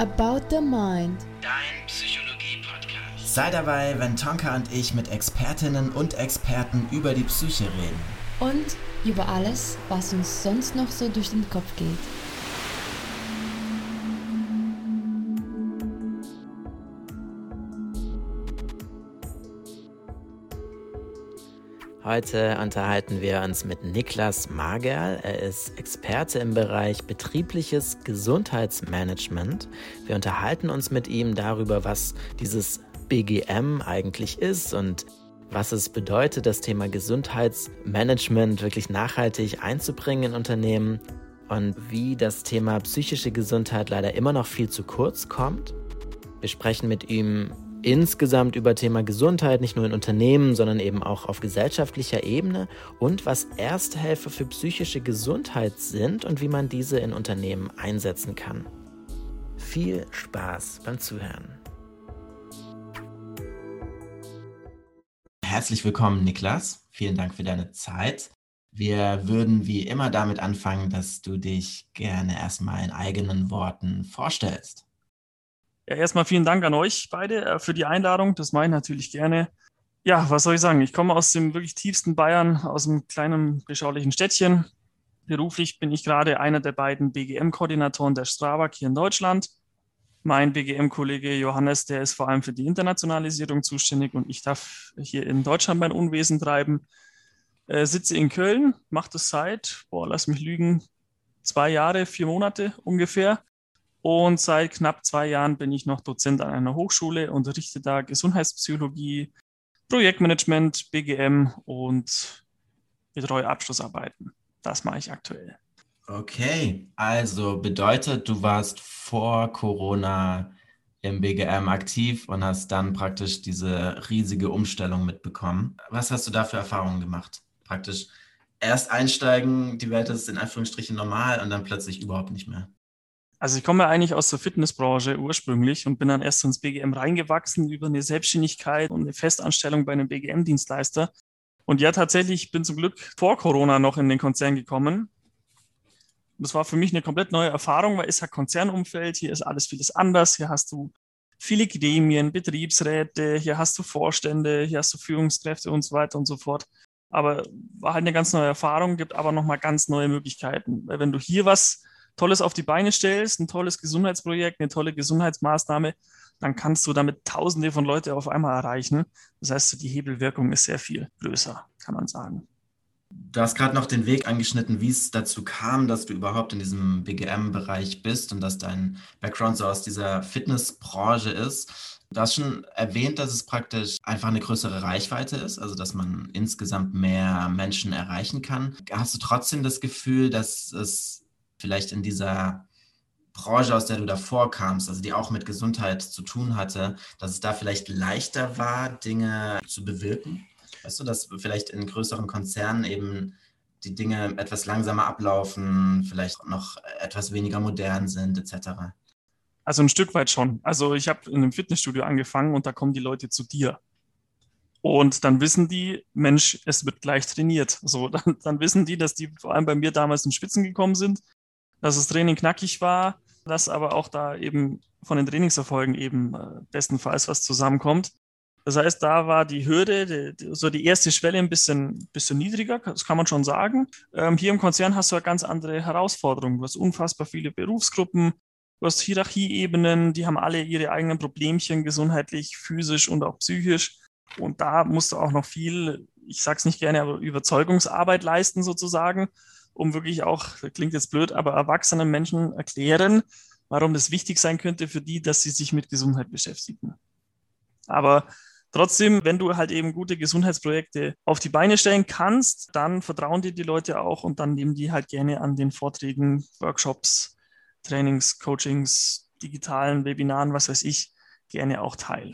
About the Mind. Dein Psychologie-Podcast. Sei dabei, wenn Tonka und ich mit Expertinnen und Experten über die Psyche reden. Und über alles, was uns sonst noch so durch den Kopf geht. Heute unterhalten wir uns mit Niklas Magerl. Er ist Experte im Bereich betriebliches Gesundheitsmanagement. Wir unterhalten uns mit ihm darüber, was dieses BGM eigentlich ist und was es bedeutet, das Thema Gesundheitsmanagement wirklich nachhaltig einzubringen in Unternehmen und wie das Thema psychische Gesundheit leider immer noch viel zu kurz kommt. Wir sprechen mit ihm insgesamt über Thema Gesundheit, nicht nur in Unternehmen, sondern eben auch auf gesellschaftlicher Ebene und was Ersthelfer für psychische Gesundheit sind und wie man diese in Unternehmen einsetzen kann. Viel Spaß beim Zuhören. Herzlich willkommen, Niklas. Vielen Dank für deine Zeit. Wir würden wie immer damit anfangen, dass du dich gerne erstmal in eigenen Worten vorstellst. Ja, erstmal vielen Dank an euch beide für die Einladung. Das mache ich natürlich gerne. Ja, was soll ich sagen? Ich komme aus dem wirklich tiefsten Bayern, aus einem kleinen, beschaulichen Städtchen. Beruflich bin ich gerade einer der beiden BGM-Koordinatoren der Strabag hier in Deutschland. Mein BGM-Kollege Johannes, der ist vor allem für die Internationalisierung zuständig und ich darf hier in Deutschland mein Unwesen treiben. Sitze in Köln, mache das seit, lass mich lügen, 2 Jahre, 4 Monate ungefähr. Und seit knapp 2 Jahren bin ich noch Dozent an einer Hochschule, unterrichte da Gesundheitspsychologie, Projektmanagement, BGM und betreue Abschlussarbeiten. Das mache ich aktuell. Okay, also bedeutet, du warst vor Corona im BGM aktiv und hast dann praktisch diese riesige Umstellung mitbekommen. Was hast du da für Erfahrungen gemacht? Praktisch erst einsteigen, die Welt ist in Anführungsstrichen normal und dann plötzlich überhaupt nicht mehr. Also ich komme eigentlich aus der Fitnessbranche ursprünglich und bin dann erst ins BGM reingewachsen über eine Selbstständigkeit und eine Festanstellung bei einem BGM-Dienstleister. Und ja, tatsächlich, ich bin zum Glück vor Corona noch in den Konzern gekommen. Das war für mich eine komplett neue Erfahrung, weil es ist ja Konzernumfeld, hier ist alles vieles anders. Hier hast du viele Gremien, Betriebsräte, hier hast du Vorstände, hier hast du Führungskräfte und so weiter und so fort. Aber war halt eine ganz neue Erfahrung, gibt aber nochmal ganz neue Möglichkeiten. Weil wenn du hier was Tolles auf die Beine stellst, ein tolles Gesundheitsprojekt, eine tolle Gesundheitsmaßnahme, dann kannst du damit Tausende von Leuten auf einmal erreichen. Das heißt, die Hebelwirkung ist sehr viel größer, kann man sagen. Du hast gerade noch den Weg angeschnitten, wie es dazu kam, dass du überhaupt in diesem BGM-Bereich bist und dass dein Background so aus dieser Fitnessbranche ist. Du hast schon erwähnt, dass es praktisch einfach eine größere Reichweite ist, also dass man insgesamt mehr Menschen erreichen kann. Hast du trotzdem das Gefühl, dass es vielleicht in dieser Branche, aus der du davor kamst, also die auch mit Gesundheit zu tun hatte, dass es da vielleicht leichter war, Dinge zu bewirken? Weißt du, dass vielleicht in größeren Konzernen eben die Dinge etwas langsamer ablaufen, vielleicht noch etwas weniger modern sind, etc.? Also ein Stück weit schon. Also ich habe in einem Fitnessstudio angefangen und da kommen die Leute zu dir. Und dann wissen die, Mensch, es wird gleich trainiert. So, dann wissen die, dass die vor allem bei mir damals in Spitzen gekommen sind, dass das Training knackig war, dass aber auch da eben von den Trainingserfolgen eben bestenfalls was zusammenkommt. Das heißt, da war die Hürde, so die erste Schwelle ein bisschen niedriger, das kann man schon sagen. Hier im Konzern hast du eine ganz andere Herausforderungen. Du hast unfassbar viele Berufsgruppen, du hast Hierarchieebenen, die haben alle ihre eigenen Problemchen, gesundheitlich, physisch und auch psychisch. Und da musst du auch noch viel, ich sag's nicht gerne, aber Überzeugungsarbeit leisten sozusagen, um wirklich auch, das klingt jetzt blöd, aber erwachsenen Menschen erklären, warum das wichtig sein könnte für die, dass sie sich mit Gesundheit beschäftigen. Aber trotzdem, wenn du halt eben gute Gesundheitsprojekte auf die Beine stellen kannst, dann vertrauen dir die Leute auch und dann nehmen die halt gerne an den Vorträgen, Workshops, Trainings, Coachings, digitalen Webinaren, was weiß ich, gerne auch teil.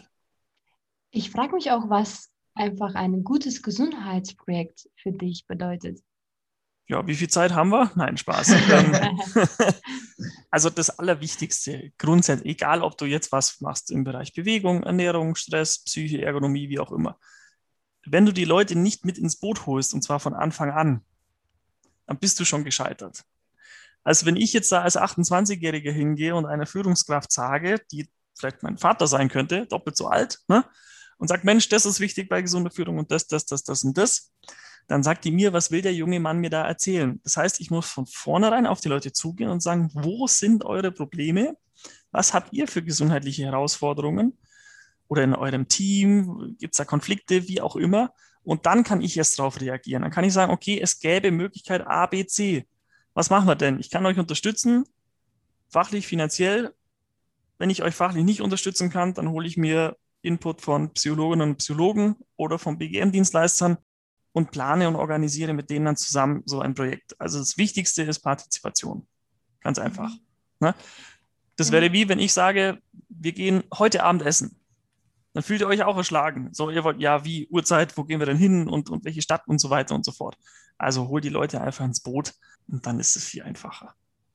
Ich frage mich auch, was einfach ein gutes Gesundheitsprojekt für dich bedeutet. Ja, wie viel Zeit haben wir? Nein, Spaß. Also das Allerwichtigste, grundsätzlich, egal ob du jetzt was machst im Bereich Bewegung, Ernährung, Stress, Psyche, Ergonomie, wie auch immer. Wenn du die Leute nicht mit ins Boot holst, und zwar von Anfang an, dann bist du schon gescheitert. als wenn ich jetzt da als 28-Jähriger hingehe und einer Führungskraft sage, die vielleicht mein Vater sein könnte, doppelt so alt, ne? Und sagt, Mensch, das ist wichtig bei gesunder Führung und das und das. Dann sagt die mir, was will der junge Mann mir da erzählen? Das heißt, ich muss von vornherein auf die Leute zugehen und sagen, wo sind eure Probleme? Was habt ihr für gesundheitliche Herausforderungen? Oder in eurem Team? Gibt es da Konflikte, wie auch immer? Und dann kann ich erst darauf reagieren. Dann kann ich sagen, okay, es gäbe Möglichkeit A, B, C. Was machen wir denn? Ich kann euch unterstützen, fachlich, finanziell. Wenn ich euch fachlich nicht unterstützen kann, dann hole ich mir Input von Psychologinnen und Psychologen oder von BGM-Dienstleistern und plane und organisiere mit denen dann zusammen so ein Projekt. Also das Wichtigste ist Partizipation. Ganz einfach. Ne? Das wäre wie, wenn ich sage, wir gehen heute Abend essen. Dann fühlt ihr euch auch erschlagen. So, ihr wollt, ja, wie, Uhrzeit, wo gehen wir denn hin und welche Stadt und so weiter und so fort. Also hol die Leute einfach ins Boot und dann ist es viel einfacher.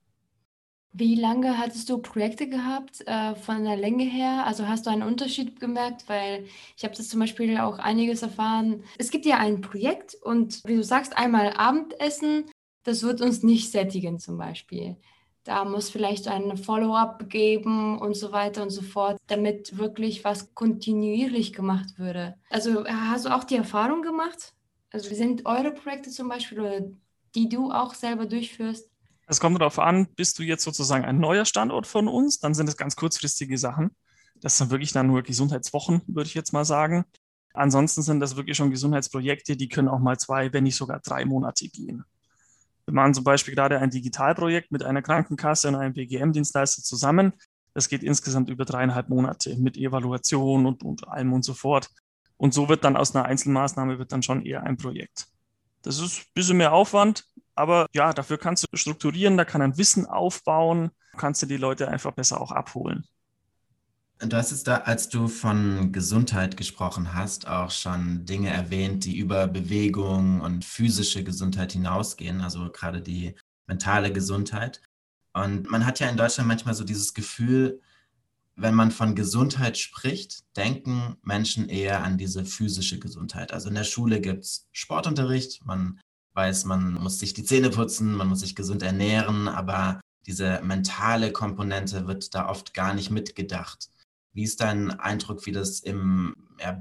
Wie lange hattest du Projekte gehabt, von der Länge her? Also hast du einen Unterschied gemerkt? Weil ich habe das zum Beispiel auch einiges erfahren. Es gibt ja ein Projekt und wie du sagst, einmal Abendessen, das wird uns nicht sättigen zum Beispiel. Da muss vielleicht ein Follow-up geben und so weiter und so fort, damit wirklich was kontinuierlich gemacht würde. Also hast du auch die Erfahrung gemacht? Also sind eure Projekte zum Beispiel oder die du auch selber durchführst? Es kommt darauf an, bist du jetzt sozusagen ein neuer Standort von uns, dann sind es ganz kurzfristige Sachen. Das sind wirklich dann nur Gesundheitswochen, würde ich jetzt mal sagen. Ansonsten sind das wirklich schon Gesundheitsprojekte, die können auch mal 2, wenn nicht sogar 3 Monate gehen. Wir machen zum Beispiel gerade ein Digitalprojekt mit einer Krankenkasse und einem BGM-Dienstleister zusammen. Das geht insgesamt über 3,5 Monate mit Evaluation und allem und so fort. Und so wird dann aus einer Einzelmaßnahme wird dann schon eher ein Projekt. Das ist ein bisschen mehr Aufwand, aber ja, dafür kannst du strukturieren, da kann ein Wissen aufbauen, kannst du die Leute einfach besser auch abholen. Du hast es da, als du von Gesundheit gesprochen hast, auch schon Dinge erwähnt, die über Bewegung und physische Gesundheit hinausgehen, also gerade die mentale Gesundheit. Und man hat ja in Deutschland manchmal so dieses Gefühl, wenn man von Gesundheit spricht, denken Menschen eher an diese physische Gesundheit. Also in der Schule gibt es Sportunterricht, man weiß, man muss sich die Zähne putzen, man muss sich gesund ernähren, aber diese mentale Komponente wird da oft gar nicht mitgedacht. Wie ist dein Eindruck, wie das im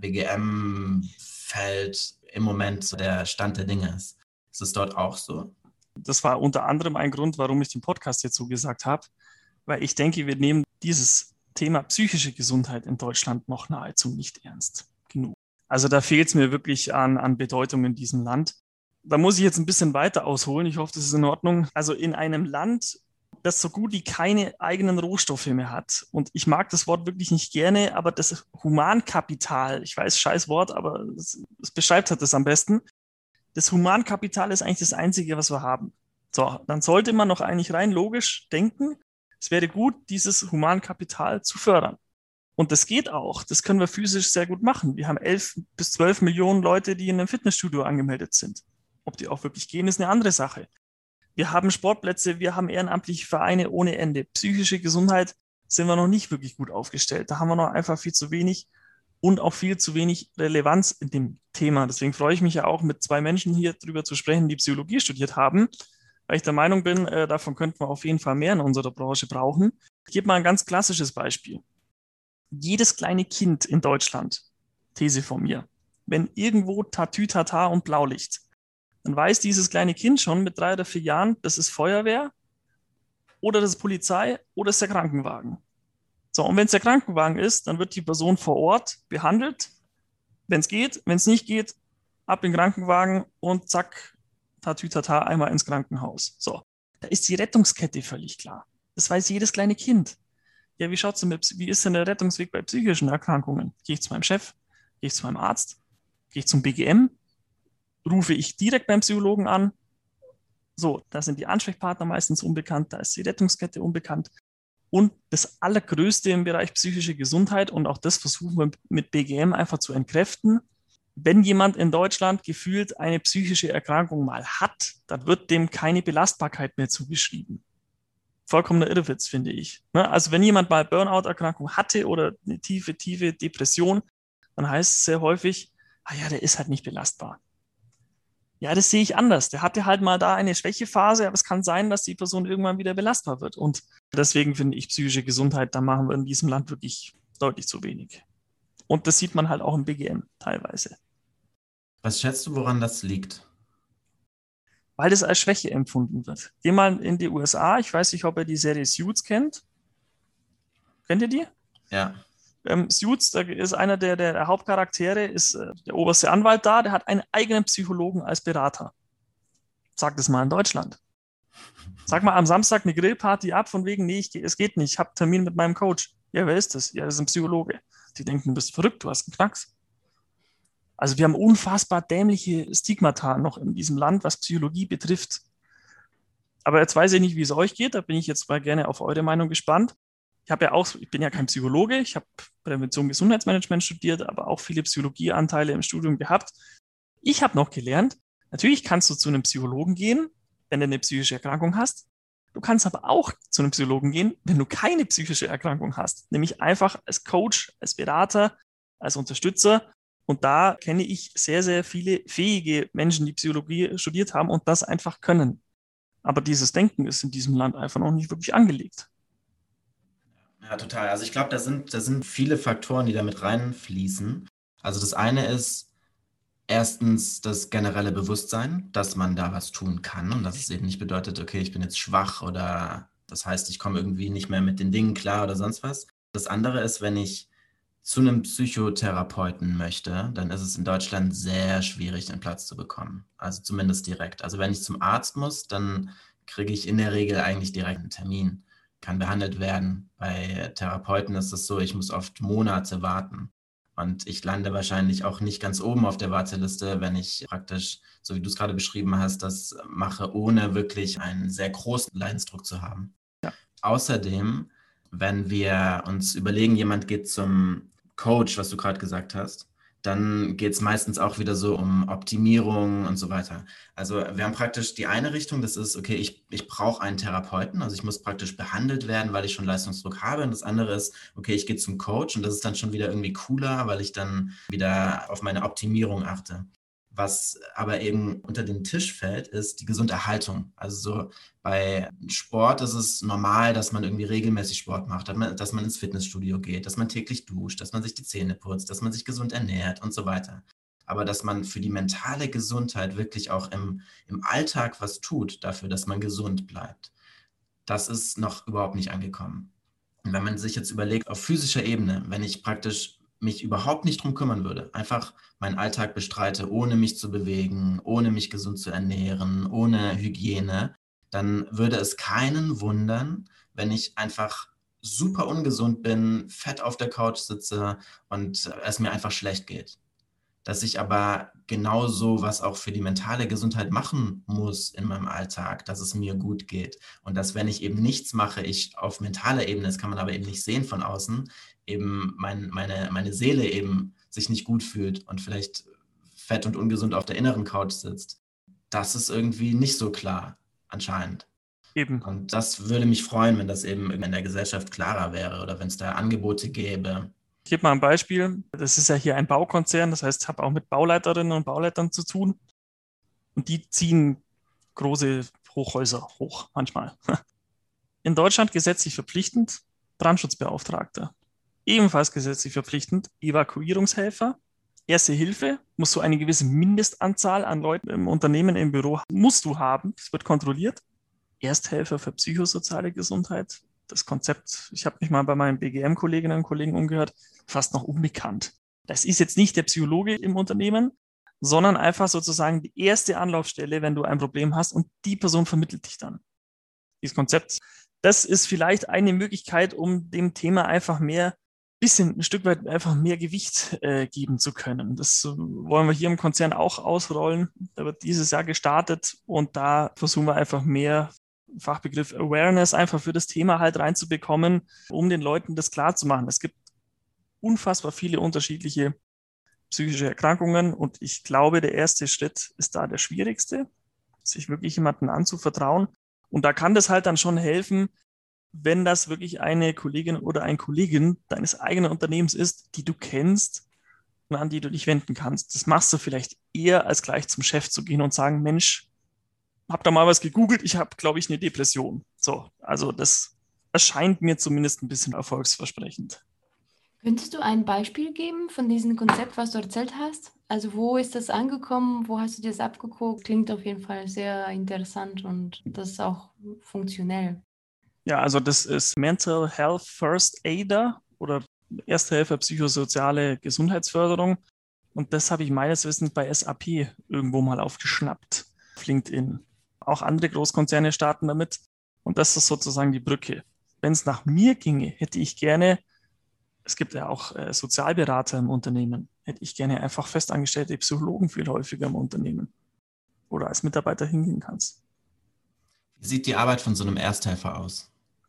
BGM-Feld im Moment so der Stand der Dinge ist? Ist es dort auch so? Das war unter anderem ein Grund, warum ich den Podcast jetzt zugesagt habe, weil ich denke, wir nehmen dieses Thema psychische Gesundheit in Deutschland noch nahezu nicht ernst genug. Also da fehlt es mir wirklich an Bedeutung in diesem Land. Da muss ich jetzt ein bisschen weiter ausholen. Ich hoffe, das ist in Ordnung. Also in einem Land, das so gut wie keine eigenen Rohstoffe mehr hat. Und ich mag das Wort wirklich nicht gerne, aber das Humankapital, ich weiß, scheiß Wort, aber es beschreibt halt das am besten. Das Humankapital ist eigentlich das Einzige, was wir haben. So, dann sollte man noch eigentlich rein logisch denken, es wäre gut, dieses Humankapital zu fördern. Und das geht auch. Das können wir physisch sehr gut machen. Wir haben 11 bis 12 Millionen Leute, die in einem Fitnessstudio angemeldet sind. Ob die auch wirklich gehen, ist eine andere Sache. Wir haben Sportplätze, wir haben ehrenamtliche Vereine ohne Ende. Psychische Gesundheit sind wir noch nicht wirklich gut aufgestellt. Da haben wir noch einfach viel zu wenig und auch viel zu wenig Relevanz in dem Thema. Deswegen freue ich mich ja auch, mit 2 Menschen hier drüber zu sprechen, die Psychologie studiert haben, weil ich der Meinung bin, davon könnten wir auf jeden Fall mehr in unserer Branche brauchen. Ich gebe mal ein ganz klassisches Beispiel. Jedes kleine Kind in Deutschland, These von mir, wenn irgendwo Tatütata und Blaulicht, dann weiß dieses kleine Kind schon mit 3 oder 4 Jahren, das ist Feuerwehr oder das ist Polizei oder das ist der Krankenwagen. So, und wenn es der Krankenwagen ist, dann wird die Person vor Ort behandelt, wenn es geht. Wenn es nicht geht, ab in den Krankenwagen und zack, Tatütata, einmal ins Krankenhaus. So, da ist die Rettungskette völlig klar. Das weiß jedes kleine Kind. Ja, wie ist denn der Rettungsweg bei psychischen Erkrankungen? Gehe ich zu meinem Chef? Gehe ich zu meinem Arzt? Gehe ich zum BGM? Rufe ich direkt beim Psychologen an? So, da sind die Ansprechpartner meistens unbekannt, da ist die Rettungskette unbekannt. Und das Allergrößte im Bereich psychische Gesundheit, und auch das versuchen wir mit BGM einfach zu entkräften, wenn jemand in Deutschland gefühlt eine psychische Erkrankung mal hat, dann wird dem keine Belastbarkeit mehr zugeschrieben. Vollkommener Irrwitz, finde ich. Also wenn jemand mal Burnout-Erkrankung hatte oder eine tiefe Depression, dann heißt es sehr häufig, ah ja, der ist halt nicht belastbar. Ja, das sehe ich anders. Der hatte halt mal da eine Schwächephase, aber es kann sein, dass die Person irgendwann wieder belastbar wird. Und deswegen finde ich psychische Gesundheit, da machen wir in diesem Land wirklich deutlich zu wenig. Und das sieht man halt auch im BGM teilweise. Was schätzt du, woran das liegt? Weil das als Schwäche empfunden wird. Geh mal in die USA. Ich weiß nicht, ob ihr die Serie Suits kennt. Kennt ihr die? Ja. Suits, da ist einer der Hauptcharaktere, ist der oberste Anwalt da, der hat einen eigenen Psychologen als Berater. Sag das mal in Deutschland. Sag mal am Samstag eine Grillparty ab, von wegen, nee, es geht nicht, ich habe Termin mit meinem Coach. Ja, wer ist das? Ja, das ist ein Psychologe. Die denken, du bist verrückt, du hast einen Knacks. Also wir haben unfassbar dämliche Stigmata noch in diesem Land, was Psychologie betrifft. Aber jetzt weiß ich nicht, wie es euch geht, da bin ich jetzt mal gerne auf eure Meinung gespannt. Ich bin ja kein Psychologe, ich habe Prävention Gesundheitsmanagement studiert, aber auch viele Psychologieanteile im Studium gehabt. Ich habe noch gelernt, natürlich kannst du zu einem Psychologen gehen, wenn du eine psychische Erkrankung hast. Du kannst aber auch zu einem Psychologen gehen, wenn du keine psychische Erkrankung hast, nämlich einfach als Coach, als Berater, als Unterstützer. Und da kenne ich sehr, sehr viele fähige Menschen, die Psychologie studiert haben und das einfach können. Aber dieses Denken ist in diesem Land einfach noch nicht wirklich angelegt. Ja, total. Also ich glaube, da sind viele Faktoren, die da mit reinfließen. Also das eine ist erstens das generelle Bewusstsein, dass man da was tun kann und dass es eben nicht bedeutet, okay, ich bin jetzt schwach oder das heißt, ich komme irgendwie nicht mehr mit den Dingen klar oder sonst was. Das andere ist, wenn ich zu einem Psychotherapeuten möchte, dann ist es in Deutschland sehr schwierig, einen Platz zu bekommen. Also zumindest direkt. Also wenn ich zum Arzt muss, dann kriege ich in der Regel eigentlich direkt einen Termin, kann behandelt werden. Bei Therapeuten ist es so, ich muss oft Monate warten. Und ich lande wahrscheinlich auch nicht ganz oben auf der Warteliste, wenn ich praktisch, so wie du es gerade beschrieben hast, das mache, ohne wirklich einen sehr großen Leidensdruck zu haben. Ja. Außerdem, wenn wir uns überlegen, jemand geht zum Coach, was du gerade gesagt hast, dann geht es meistens auch wieder so um Optimierung und so weiter. Also wir haben praktisch die eine Richtung, das ist, okay, ich brauche einen Therapeuten, also ich muss praktisch behandelt werden, weil ich schon Leistungsdruck habe. Und das andere ist, okay, ich gehe zum Coach und das ist dann schon wieder irgendwie cooler, weil ich dann wieder auf meine Optimierung achte. Was aber eben unter den Tisch fällt, ist die Gesunderhaltung. Also so bei Sport ist es normal, dass man irgendwie regelmäßig Sport macht, dass man ins Fitnessstudio geht, dass man täglich duscht, dass man sich die Zähne putzt, dass man sich gesund ernährt und so weiter. Aber dass man für die mentale Gesundheit wirklich auch im Alltag was tut, dafür, dass man gesund bleibt, das ist noch überhaupt nicht angekommen. Und wenn man sich jetzt überlegt, auf physischer Ebene, wenn ich praktisch mich überhaupt nicht drum kümmern würde, einfach meinen Alltag bestreite, ohne mich zu bewegen, ohne mich gesund zu ernähren, ohne Hygiene, dann würde es keinen wundern, wenn ich einfach super ungesund bin, fett auf der Couch sitze und es mir einfach schlecht geht. Dass ich aber genauso was auch für die mentale Gesundheit machen muss in meinem Alltag, dass es mir gut geht. Und dass, wenn ich eben nichts mache, ich auf mentaler Ebene, das kann man aber eben nicht sehen von außen, eben meine Seele eben sich nicht gut fühlt und vielleicht fett und ungesund auf der inneren Couch sitzt. Das ist irgendwie nicht so klar, anscheinend. Eben. Und das würde mich freuen, wenn das eben in der Gesellschaft klarer wäre oder wenn es da Angebote gäbe. Ich gebe mal ein Beispiel. Das ist ja hier ein Baukonzern, das heißt, ich habe auch mit Bauleiterinnen und Bauleitern zu tun. Und die ziehen große Hochhäuser hoch, manchmal. In Deutschland gesetzlich verpflichtend Brandschutzbeauftragter. Ebenfalls gesetzlich verpflichtend Evakuierungshelfer. Erste Hilfe musst du eine gewisse Mindestanzahl an Leuten im Unternehmen, im Büro musst du haben. Das wird kontrolliert. Ersthelfer für psychosoziale Gesundheit. Das Konzept, ich habe mich mal bei meinen BGM-Kolleginnen und Kollegen umgehört, fast noch unbekannt. Das ist jetzt nicht der Psychologe im Unternehmen, sondern einfach sozusagen die erste Anlaufstelle, wenn du ein Problem hast und die Person vermittelt dich dann. Dieses Konzept, das ist vielleicht eine Möglichkeit, um dem Thema einfach ein Stück weit einfach mehr Gewicht geben zu können. Das wollen wir hier im Konzern auch ausrollen. Da wird dieses Jahr gestartet und da versuchen wir einfach mehr Fachbegriff Awareness einfach für das Thema halt reinzubekommen, um den Leuten das klarzumachen. Es gibt unfassbar viele unterschiedliche psychische Erkrankungen und ich glaube, der erste Schritt ist da der schwierigste, sich wirklich jemandem anzuvertrauen. Und da kann das halt dann schon helfen, wenn das wirklich eine Kollegin oder ein Kollegen deines eigenen Unternehmens ist, die du kennst an die du dich wenden kannst. Das machst du vielleicht eher, als gleich zum Chef zu gehen und sagen, Mensch, hab da mal was gegoogelt, ich habe, glaube ich, eine Depression. So, also das erscheint mir zumindest ein bisschen erfolgsversprechend. Könntest du ein Beispiel geben von diesem Konzept, was du erzählt hast? Also wo ist das angekommen? Wo hast du dir das abgeguckt? Klingt auf jeden Fall sehr interessant und das ist auch funktionell. Ja, also das ist Mental Health First Aider oder Erste Hilfe psychosoziale Gesundheitsförderung. Und das habe ich meines Wissens bei SAP irgendwo mal aufgeschnappt, auf LinkedIn. Auch andere Großkonzerne starten damit. Und das ist sozusagen die Brücke. Wenn es nach mir ginge, hätte ich gerne, es gibt ja auch Sozialberater im Unternehmen, hätte ich gerne einfach festangestellte Psychologen viel häufiger im Unternehmen oder als Mitarbeiter hingehen kannst. Wie sieht die Arbeit von so einem Ersthelfer aus?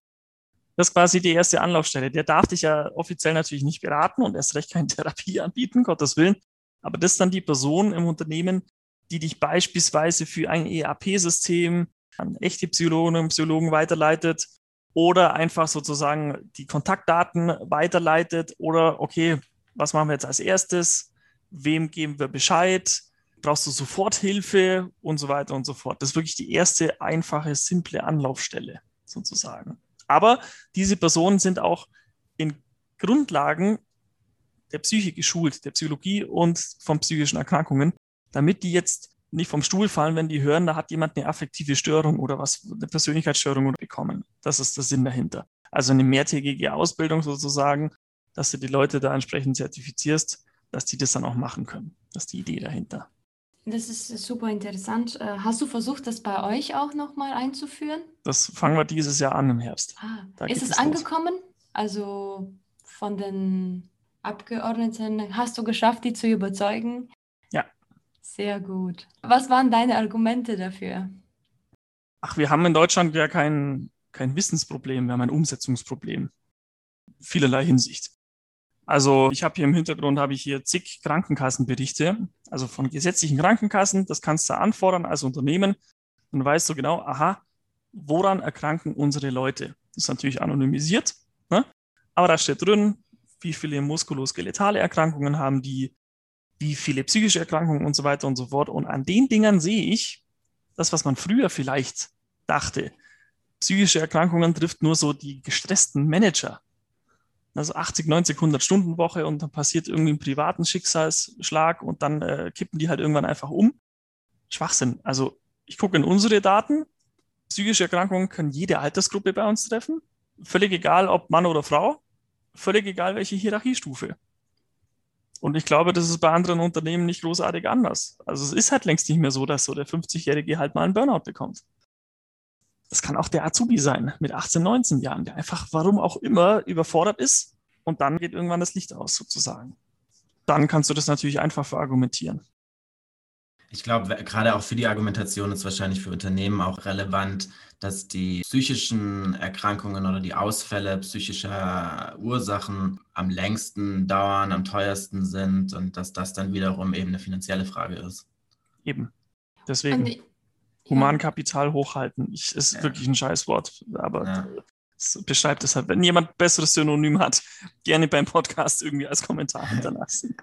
Das ist quasi die erste Anlaufstelle. Der darf dich ja offiziell natürlich nicht beraten und erst recht keine Therapie anbieten, Gottes Willen. Aber das ist dann die Person im Unternehmen, die dich beispielsweise für ein ERP-System an echte Psychologinnen und Psychologen weiterleitet oder einfach sozusagen die Kontaktdaten weiterleitet oder okay, was machen wir jetzt als erstes? Wem geben wir Bescheid? Brauchst du Soforthilfe und so weiter und so fort. Das ist wirklich die erste einfache, simple Anlaufstelle sozusagen. Aber diese Personen sind auch in Grundlagen der Psyche geschult, der Psychologie und von psychischen Erkrankungen, damit die jetzt nicht vom Stuhl fallen, wenn die hören, da hat jemand eine affektive Störung oder was, eine Persönlichkeitsstörung bekommen. Das ist der Sinn dahinter. Also eine mehrtägige Ausbildung sozusagen, dass du die Leute da entsprechend zertifizierst, dass die das dann auch machen können. Das ist die Idee dahinter. Das ist super interessant. Hast du versucht, das bei euch auch nochmal einzuführen? Das fangen wir dieses Jahr an im Herbst. Da ist es angekommen? Also von den Abgeordneten, hast du geschafft, die zu überzeugen? Ja. Sehr gut. Was waren deine Argumente dafür? Ach, wir haben in Deutschland ja kein Wissensproblem, wir haben ein Umsetzungsproblem. Vielerlei Hinsicht. Also ich habe hier im Hintergrund zig Krankenkassenberichte, also von gesetzlichen Krankenkassen. Das kannst du anfordern als Unternehmen. Dann weißt du genau, aha, woran erkranken unsere Leute? Das ist natürlich anonymisiert, ne? Aber da steht drin, wie viele muskuloskeletale Erkrankungen haben die, wie viele psychische Erkrankungen und so weiter und so fort. Und an den Dingern sehe ich, das, was man früher vielleicht dachte, psychische Erkrankungen trifft nur so die gestressten Manager. Also 80, 90, 100-Stunden-Woche und dann passiert irgendwie ein privaten Schicksalsschlag und dann kippen die halt irgendwann einfach um. Schwachsinn. Also ich gucke in unsere Daten. Psychische Erkrankungen können jede Altersgruppe bei uns treffen. Völlig egal, ob Mann oder Frau. Völlig egal, welche Hierarchiestufe. Und ich glaube, das ist bei anderen Unternehmen nicht großartig anders. Also es ist halt längst nicht mehr so, dass so der 50-Jährige halt mal einen Burnout bekommt. Das kann auch der Azubi sein mit 18, 19 Jahren, der einfach, warum auch immer, überfordert ist und dann geht irgendwann das Licht aus sozusagen. Dann kannst du das natürlich einfach verargumentieren. Ich glaube, gerade auch für die Argumentation ist wahrscheinlich für Unternehmen auch relevant, dass die psychischen Erkrankungen oder die Ausfälle psychischer Ursachen am längsten dauern, am teuersten sind und dass das dann wiederum eben eine finanzielle Frage ist. Eben. Deswegen Humankapital hochhalten. Ist wirklich ein Scheißwort, aber es beschreibt es halt. Wenn jemand ein besseres Synonym hat, gerne beim Podcast irgendwie als Kommentar hinterlassen.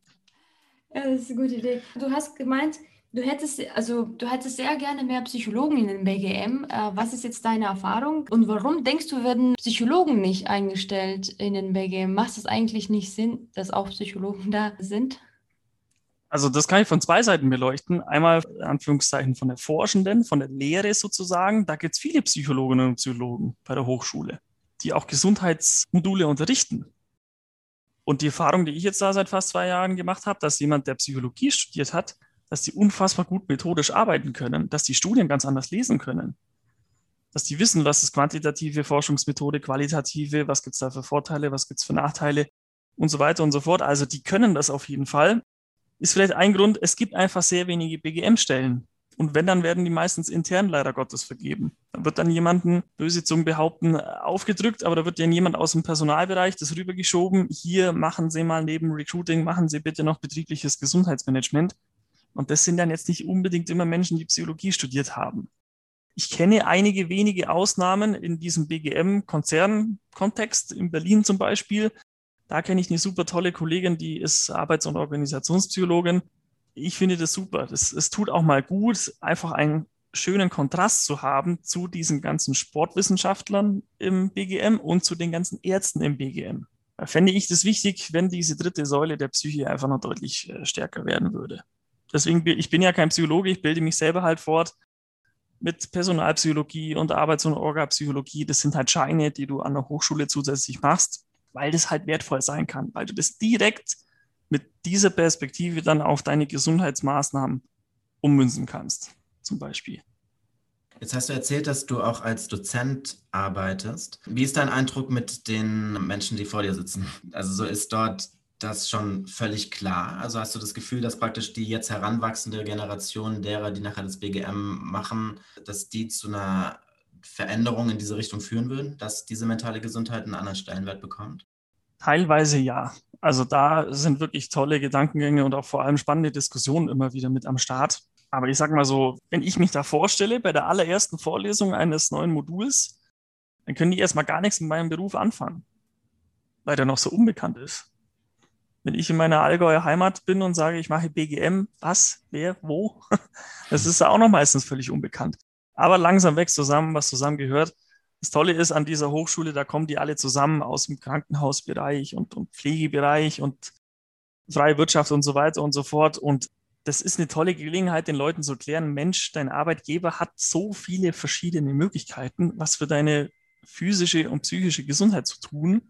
Ja, das ist eine gute Idee. Du hast gemeint, du hättest sehr gerne mehr Psychologen in den BGM. Was ist jetzt deine Erfahrung? Und warum denkst du, werden Psychologen nicht eingestellt in den BGM? Macht es eigentlich nicht Sinn, dass auch Psychologen da sind? Also das kann ich von zwei Seiten beleuchten. Einmal in Anführungszeichen von der Forschenden, von der Lehre sozusagen. Da gibt es viele Psychologinnen und Psychologen bei der Hochschule, die auch Gesundheitsmodule unterrichten. Und die Erfahrung, die ich jetzt da seit fast 2 Jahren gemacht habe, dass jemand, der Psychologie studiert hat, dass die unfassbar gut methodisch arbeiten können, dass die Studien ganz anders lesen können, dass die wissen, was ist quantitative Forschungsmethode, qualitative, was gibt es da für Vorteile, was gibt es für Nachteile und so weiter und so fort. Also die können das auf jeden Fall. Ist vielleicht ein Grund, es gibt einfach sehr wenige BGM-Stellen. Und wenn, dann werden die meistens intern leider Gottes vergeben. Da wird dann jemanden, böse Zungen behaupten, aufgedrückt, aber da wird dann jemand aus dem Personalbereich das rübergeschoben. Hier machen Sie mal neben Recruiting, machen Sie bitte noch betriebliches Gesundheitsmanagement. Und das sind dann jetzt nicht unbedingt immer Menschen, die Psychologie studiert haben. Ich kenne einige wenige Ausnahmen in diesem BGM-Konzern-Kontext, in Berlin zum Beispiel. Da kenne ich eine super tolle Kollegin, die ist Arbeits- und Organisationspsychologin. Ich finde das super. Es tut auch mal gut, einfach einen schönen Kontrast zu haben zu diesen ganzen Sportwissenschaftlern im BGM und zu den ganzen Ärzten im BGM. Da fände ich das wichtig, wenn diese dritte Säule der Psyche einfach noch deutlich stärker werden würde. Deswegen, ich bin ja kein Psychologe, ich bilde mich selber halt fort mit Personalpsychologie und Arbeits- und Orgapsychologie. Das sind halt Scheine, die du an der Hochschule zusätzlich machst, weil das halt wertvoll sein kann, weil du das direkt mit dieser Perspektive dann auf deine Gesundheitsmaßnahmen ummünzen kannst, zum Beispiel. Jetzt hast du erzählt, dass du auch als Dozent arbeitest. Wie ist dein Eindruck mit den Menschen, die vor dir sitzen? Also so ist dort das schon völlig klar? Also hast du das Gefühl, dass praktisch die jetzt heranwachsende Generation derer, die nachher das BGM machen, dass die zu einer Veränderung in diese Richtung führen würden, dass diese mentale Gesundheit einen anderen Stellenwert bekommt? Teilweise ja. Also da sind wirklich tolle Gedankengänge und auch vor allem spannende Diskussionen immer wieder mit am Start. Aber ich sage mal so, wenn ich mich da vorstelle, bei der allerersten Vorlesung eines neuen Moduls, dann können die erstmal gar nichts mit meinem Beruf anfangen, weil der noch so unbekannt ist. Wenn ich in meiner Allgäuer Heimat bin und sage, ich mache BGM, was, wer, wo, das ist auch noch meistens völlig unbekannt. Aber langsam wächst zusammen, was zusammengehört. Das Tolle ist an dieser Hochschule, da kommen die alle zusammen aus dem Krankenhausbereich und Pflegebereich und freie Wirtschaft und so weiter und so fort. Und das ist eine tolle Gelegenheit, den Leuten zu erklären, Mensch, dein Arbeitgeber hat so viele verschiedene Möglichkeiten, was für deine physische und psychische Gesundheit zu tun.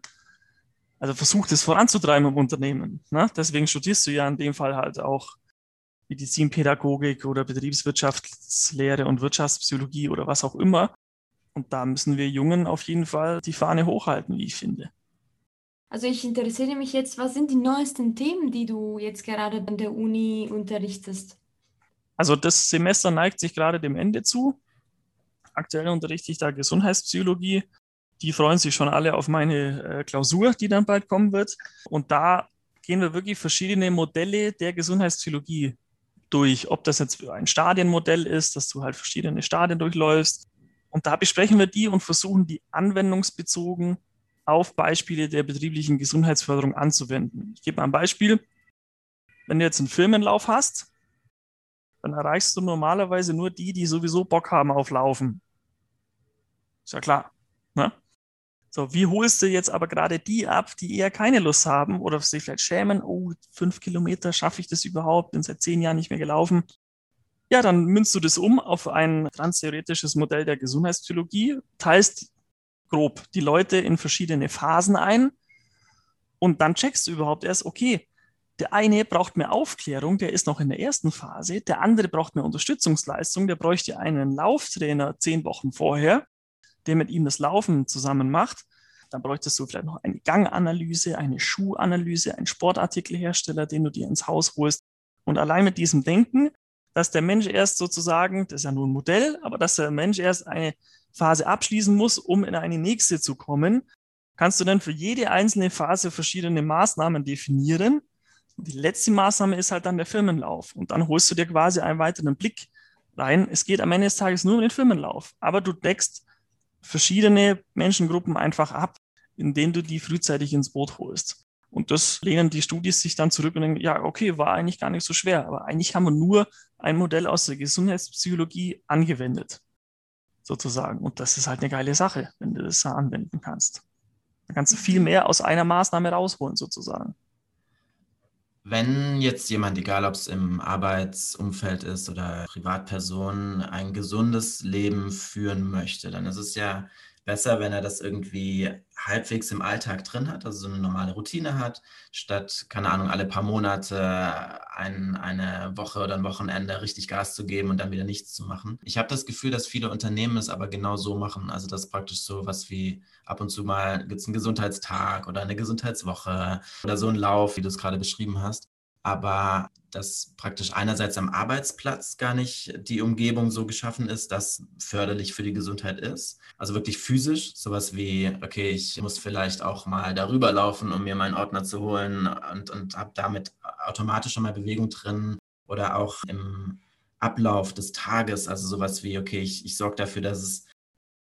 Also versuch das voranzutreiben im Unternehmen. Ne? Deswegen studierst du ja in dem Fall halt auch Medizinpädagogik oder Betriebswirtschaftslehre und Wirtschaftspsychologie oder was auch immer. Und da müssen wir Jungen auf jeden Fall die Fahne hochhalten, wie ich finde. Also ich interessiere mich jetzt, was sind die neuesten Themen, die du jetzt gerade an der Uni unterrichtest? Also das Semester neigt sich gerade dem Ende zu. Aktuell unterrichte ich da Gesundheitspsychologie. Die freuen sich schon alle auf meine Klausur, die dann bald kommen wird. Und da gehen wir wirklich verschiedene Modelle der Gesundheitspsychologie durch. Ob das jetzt ein Stadienmodell ist, dass du halt verschiedene Stadien durchläufst. Und da besprechen wir die und versuchen, die anwendungsbezogen auf Beispiele der betrieblichen Gesundheitsförderung anzuwenden. Ich gebe mal ein Beispiel. Wenn du jetzt einen Firmenlauf hast, dann erreichst du normalerweise nur die, die sowieso Bock haben auf Laufen. Ist ja klar. Ne? So, wie holst du jetzt aber gerade die ab, die eher keine Lust haben oder sich vielleicht schämen, oh, 5 Kilometer, schaffe ich das überhaupt? Bin seit 10 Jahren nicht mehr gelaufen. Ja, dann münzt du das um auf ein transtheoretisches Modell der Gesundheitspsychologie, teilst grob die Leute in verschiedene Phasen ein und dann checkst du überhaupt erst, okay, der eine braucht mehr Aufklärung, der ist noch in der ersten Phase, der andere braucht mehr Unterstützungsleistung, der bräuchte einen Lauftrainer 10 Wochen vorher, der mit ihm das Laufen zusammen macht. Dann bräuchtest du vielleicht noch eine Ganganalyse, eine Schuhanalyse, einen Sportartikelhersteller, den du dir ins Haus holst. Und allein mit diesem Denken, dass der Mensch erst sozusagen, das ist ja nur ein Modell, aber dass der Mensch erst eine Phase abschließen muss, um in eine nächste zu kommen, kannst du dann für jede einzelne Phase verschiedene Maßnahmen definieren. Und die letzte Maßnahme ist halt dann der Firmenlauf. Und dann holst du dir quasi einen weiteren Blick rein. Es geht am Ende des Tages nur um den Firmenlauf, aber du deckst verschiedene Menschengruppen einfach ab, in denen du die frühzeitig ins Boot holst. Und das lehnen die Studis sich dann zurück und denken, ja, okay, war eigentlich gar nicht so schwer, aber eigentlich haben wir nur ein Modell aus der Gesundheitspsychologie angewendet, sozusagen. Und das ist halt eine geile Sache, wenn du das da anwenden kannst. Da kannst du viel mehr aus einer Maßnahme rausholen, sozusagen. Wenn jetzt jemand, egal ob es im Arbeitsumfeld ist oder Privatperson, ein gesundes Leben führen möchte, dann ist es ja besser, wenn er das irgendwie halbwegs im Alltag drin hat, also so eine normale Routine hat, statt, keine Ahnung, alle paar Monate eine Woche oder ein Wochenende richtig Gas zu geben und dann wieder nichts zu machen. Ich habe das Gefühl, dass viele Unternehmen es aber genau so machen, also dass praktisch so was wie ab und zu mal gibt es einen Gesundheitstag oder eine Gesundheitswoche oder so ein Lauf, wie du es gerade beschrieben hast. Aber dass praktisch einerseits am Arbeitsplatz gar nicht die Umgebung so geschaffen ist, dass förderlich für die Gesundheit ist. Also wirklich physisch, sowas wie, okay, ich muss vielleicht auch mal darüber laufen, um mir meinen Ordner zu holen und habe damit automatisch schon mal Bewegung drin. Oder auch im Ablauf des Tages, also sowas wie, okay, ich sorge dafür, dass es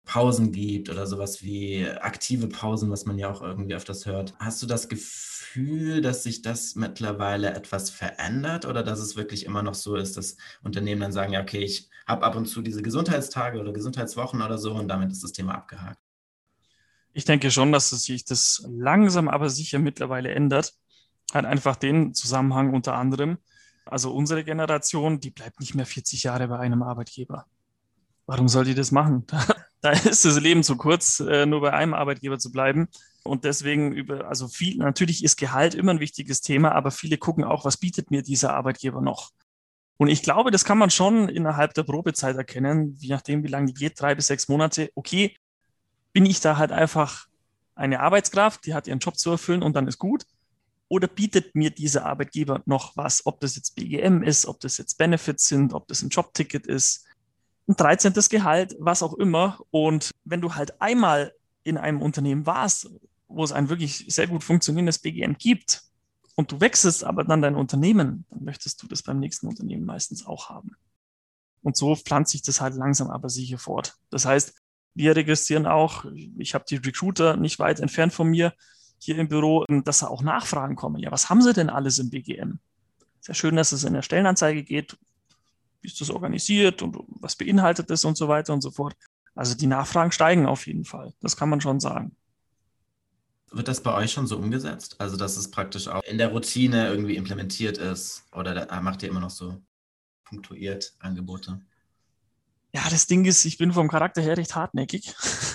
Pausen gibt oder sowas wie aktive Pausen, was man ja auch irgendwie öfters hört. Hast du das Gefühl, dass sich das mittlerweile etwas verändert oder dass es wirklich immer noch so ist, dass Unternehmen dann sagen, ja, okay, ich habe ab und zu diese Gesundheitstage oder Gesundheitswochen oder so und damit ist das Thema abgehakt? Ich denke schon, dass es sich das langsam aber sicher mittlerweile ändert. Hat einfach den Zusammenhang unter anderem. Also unsere Generation, die bleibt nicht mehr 40 Jahre bei einem Arbeitgeber. Warum soll die das machen? Da ist das Leben zu kurz, nur bei einem Arbeitgeber zu bleiben. Und deswegen also viel, natürlich ist Gehalt immer ein wichtiges Thema, aber viele gucken auch, was bietet mir dieser Arbeitgeber noch? Und ich glaube, das kann man schon innerhalb der Probezeit erkennen, je nachdem, wie lange die geht, 3 bis 6 Monate. Okay, bin ich da halt einfach eine Arbeitskraft, die hat ihren Job zu erfüllen und dann ist gut? Oder bietet mir dieser Arbeitgeber noch was? Ob das jetzt BGM ist, ob das jetzt Benefits sind, ob das ein Jobticket ist, ein 13. Gehalt, was auch immer. Und wenn du halt einmal in einem Unternehmen warst, wo es ein wirklich sehr gut funktionierendes BGM gibt und du wechselst aber dann dein Unternehmen, dann möchtest du das beim nächsten Unternehmen meistens auch haben. Und so pflanzt sich das halt langsam aber sicher fort. Das heißt, wir registrieren auch, ich habe die Recruiter nicht weit entfernt von mir hier im Büro, dass da auch Nachfragen kommen. Ja, was haben sie denn alles im BGM? Sehr schön, dass es in der Stellenanzeige geht. Wie ist das organisiert und was beinhaltet das und so weiter und so fort. Also die Nachfragen steigen auf jeden Fall. Das kann man schon sagen. Wird das bei euch schon so umgesetzt? Also, dass es praktisch auch in der Routine irgendwie implementiert ist? Oder macht ihr immer noch so punktuiert Angebote? Ja, das Ding ist, ich bin vom Charakter her recht hartnäckig.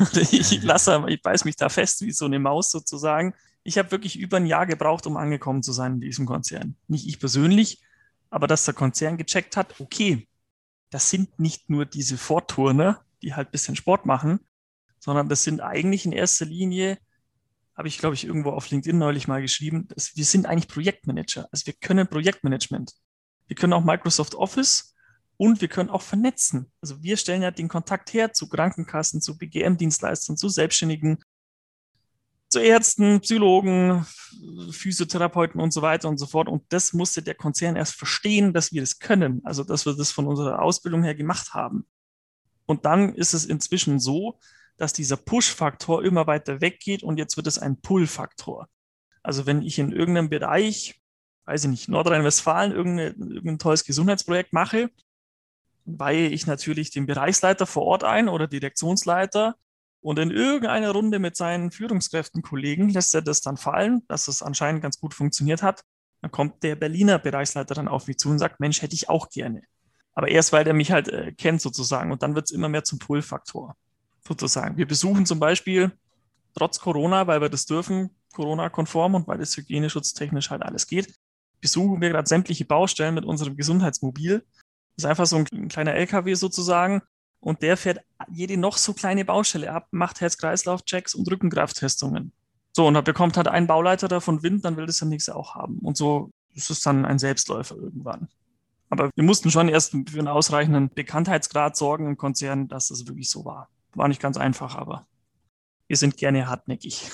Ich beiß mich da fest wie so eine Maus sozusagen. Ich habe wirklich über ein Jahr gebraucht, um angekommen zu sein in diesem Konzern. Nicht ich persönlich, aber dass der Konzern gecheckt hat, okay, das sind nicht nur diese Vorturner, die halt ein bisschen Sport machen, sondern das sind eigentlich in erster Linie, habe ich, glaube ich, irgendwo auf LinkedIn neulich mal geschrieben, wir sind eigentlich Projektmanager. Also wir können Projektmanagement. Wir können auch Microsoft Office und wir können auch vernetzen. Also wir stellen ja den Kontakt her zu Krankenkassen, zu BGM-Dienstleistern, zu Selbstständigen, zu Ärzten, Psychologen, Physiotherapeuten und so weiter und so fort. Und das musste der Konzern erst verstehen, dass wir das können. Also dass wir das von unserer Ausbildung her gemacht haben. Und dann ist es inzwischen so, dass dieser Push-Faktor immer weiter weggeht und jetzt wird es ein Pull-Faktor. Also wenn ich in irgendeinem Bereich, weiß ich nicht, Nordrhein-Westfalen irgendein tolles Gesundheitsprojekt mache, weihe ich natürlich den Bereichsleiter vor Ort ein oder Direktionsleiter und in irgendeiner Runde mit seinen Führungskräften, Kollegen, lässt er das dann fallen, dass es anscheinend ganz gut funktioniert hat. Dann kommt der Berliner Bereichsleiter dann auf mich zu und sagt, Mensch, hätte ich auch gerne. Aber erst, weil der mich halt kennt sozusagen. Und dann wird es immer mehr zum Pull-Faktor sozusagen. Wir besuchen zum Beispiel trotz Corona, weil wir das dürfen, Corona-konform und weil das hygieneschutztechnisch halt alles geht, besuchen wir gerade sämtliche Baustellen mit unserem Gesundheitsmobil. Das ist einfach so ein kleiner LKW sozusagen und der fährt jede noch so kleine Baustelle ab, macht Herz-Kreislauf-Checks und Rückenkrafttestungen. So, und da bekommt halt ein Bauleiter davon Wind, dann will das der nächste auch haben. Und so ist es dann ein Selbstläufer irgendwann. Aber wir mussten schon erst für einen ausreichenden Bekanntheitsgrad sorgen im Konzern, dass das wirklich so war. War nicht ganz einfach, aber wir sind gerne hartnäckig.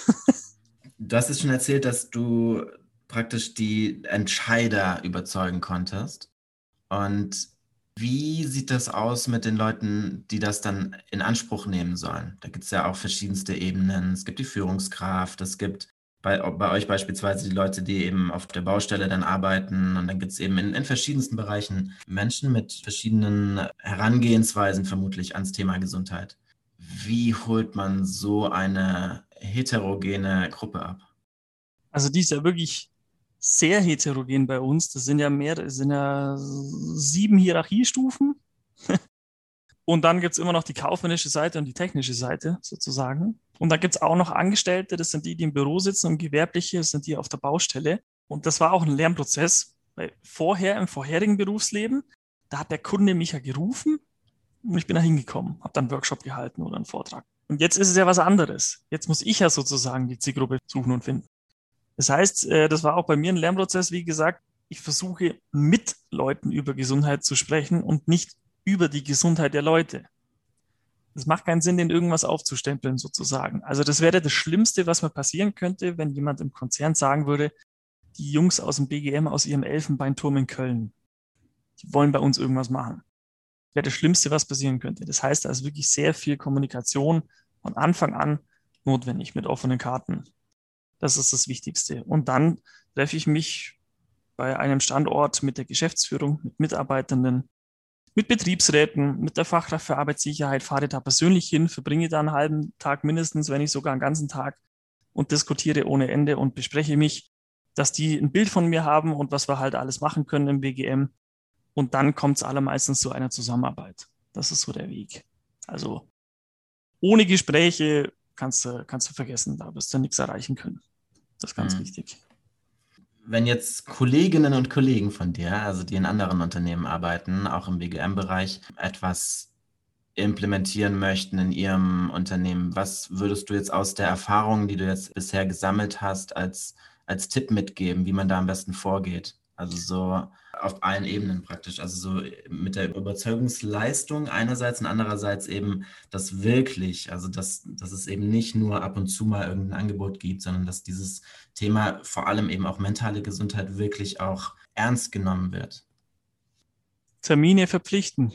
Du hast es schon erzählt, dass du praktisch die Entscheider überzeugen konntest. Und wie sieht das aus mit den Leuten, die das dann in Anspruch nehmen sollen? Da gibt es ja auch verschiedenste Ebenen. Es gibt die Führungskraft, es gibt bei euch beispielsweise die Leute, die eben auf der Baustelle dann arbeiten. Und dann gibt es eben in verschiedensten Bereichen Menschen mit verschiedenen Herangehensweisen vermutlich ans Thema Gesundheit. Wie holt man so eine heterogene Gruppe ab? Also die ist ja wirklich sehr heterogen bei uns. Das sind ja 7 Hierarchiestufen. Und dann gibt es immer noch die kaufmännische Seite und die technische Seite sozusagen. Und da gibt es auch noch Angestellte, das sind die, die im Büro sitzen und Gewerbliche, das sind die auf der Baustelle. Und das war auch ein Lernprozess, weil im vorherigen Berufsleben, da hat der Kunde mich ja gerufen und ich bin da hingekommen, habe dann einen Workshop gehalten oder einen Vortrag. Und jetzt ist es ja was anderes. Jetzt muss ich ja sozusagen die Zielgruppe suchen und finden. Das heißt, das war auch bei mir ein Lernprozess, wie gesagt, ich versuche mit Leuten über Gesundheit zu sprechen und nicht über die Gesundheit der Leute. Es macht keinen Sinn, den irgendwas aufzustempeln sozusagen. Also das wäre das Schlimmste, was mir passieren könnte, wenn jemand im Konzern sagen würde, die Jungs aus dem BGM aus ihrem Elfenbeinturm in Köln, die wollen bei uns irgendwas machen. wäre das Schlimmste, was passieren könnte. Das heißt, da ist wirklich sehr viel Kommunikation von Anfang an notwendig mit offenen Karten. Das ist das Wichtigste. Und dann treffe ich mich bei einem Standort mit der Geschäftsführung, mit Mitarbeitenden, mit Betriebsräten, mit der Fachkraft für Arbeitssicherheit, fahre da persönlich hin, verbringe da einen halben Tag mindestens, wenn nicht sogar einen ganzen Tag und diskutiere ohne Ende und bespreche mich, dass die ein Bild von mir haben und was wir halt alles machen können im BGM. Und dann kommt es allermeistens zu einer Zusammenarbeit. Das ist so der Weg. Also ohne Gespräche kannst du vergessen, da wirst du nichts erreichen können. Das ist ganz wichtig. Wenn jetzt Kolleginnen und Kollegen von dir, also die in anderen Unternehmen arbeiten, auch im BGM-Bereich, etwas implementieren möchten in ihrem Unternehmen, was würdest du jetzt aus der Erfahrung, die du jetzt bisher gesammelt hast, als Tipp mitgeben, wie man da am besten vorgeht? Also so auf allen Ebenen praktisch, also so mit der Überzeugungsleistung einerseits und andererseits eben das wirklich, also dass es eben nicht nur ab und zu mal irgendein Angebot gibt, sondern dass dieses Thema, vor allem eben auch mentale Gesundheit, wirklich auch ernst genommen wird. Termine verpflichten.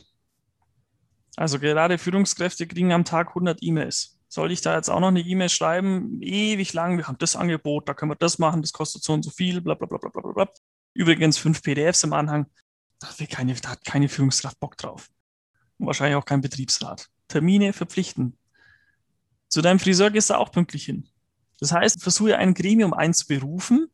Also gerade Führungskräfte kriegen am Tag 100 E-Mails. Soll ich da jetzt auch noch eine E-Mail schreiben? Ewig lang, wir haben das Angebot, da können wir das machen, das kostet so und so viel, bla bla bla bla bla bla. Übrigens 5 PDFs im Anhang. Da hat keine Führungskraft Bock drauf. Und wahrscheinlich auch kein Betriebsrat. Termine verpflichten. Zu deinem Friseur gehst du auch pünktlich hin. Das heißt, versuche ein Gremium einzuberufen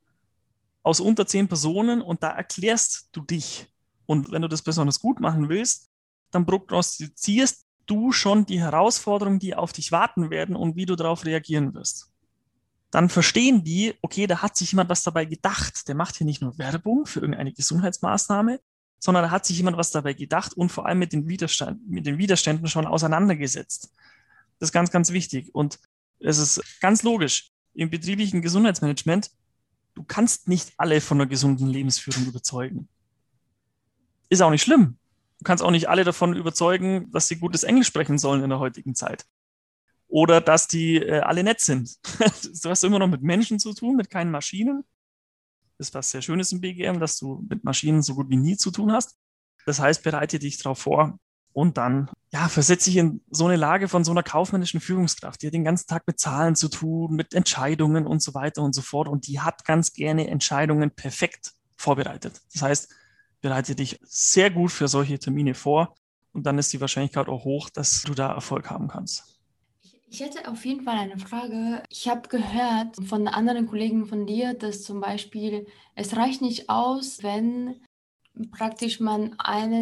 aus unter 10 Personen und da erklärst du dich. Und wenn du das besonders gut machen willst, dann prognostizierst du schon die Herausforderungen, die auf dich warten werden und wie du darauf reagieren wirst. Dann verstehen die, okay, da hat sich jemand was dabei gedacht. Der macht hier nicht nur Werbung für irgendeine Gesundheitsmaßnahme, sondern da hat sich jemand was dabei gedacht und vor allem mit den Widerständen schon auseinandergesetzt. Das ist ganz, ganz wichtig. Und es ist ganz logisch. Im betrieblichen Gesundheitsmanagement, du kannst nicht alle von einer gesunden Lebensführung überzeugen. Ist auch nicht schlimm. Du kannst auch nicht alle davon überzeugen, dass sie gutes Englisch sprechen sollen in der heutigen Zeit. Oder dass die alle nett sind. Du hast immer noch mit Menschen zu tun, mit keinen Maschinen. Das ist was sehr Schönes im BGM, dass du mit Maschinen so gut wie nie zu tun hast. Das heißt, bereite dich darauf vor und dann versetze dich in so eine Lage von so einer kaufmännischen Führungskraft. Die hat den ganzen Tag mit Zahlen zu tun, mit Entscheidungen und so weiter und so fort. Und die hat ganz gerne Entscheidungen perfekt vorbereitet. Das heißt, bereite dich sehr gut für solche Termine vor und dann ist die Wahrscheinlichkeit auch hoch, dass du da Erfolg haben kannst. Ich hätte auf jeden Fall eine Frage. Ich habe gehört von anderen Kollegen von dir, dass zum Beispiel es reicht nicht aus, wenn praktisch man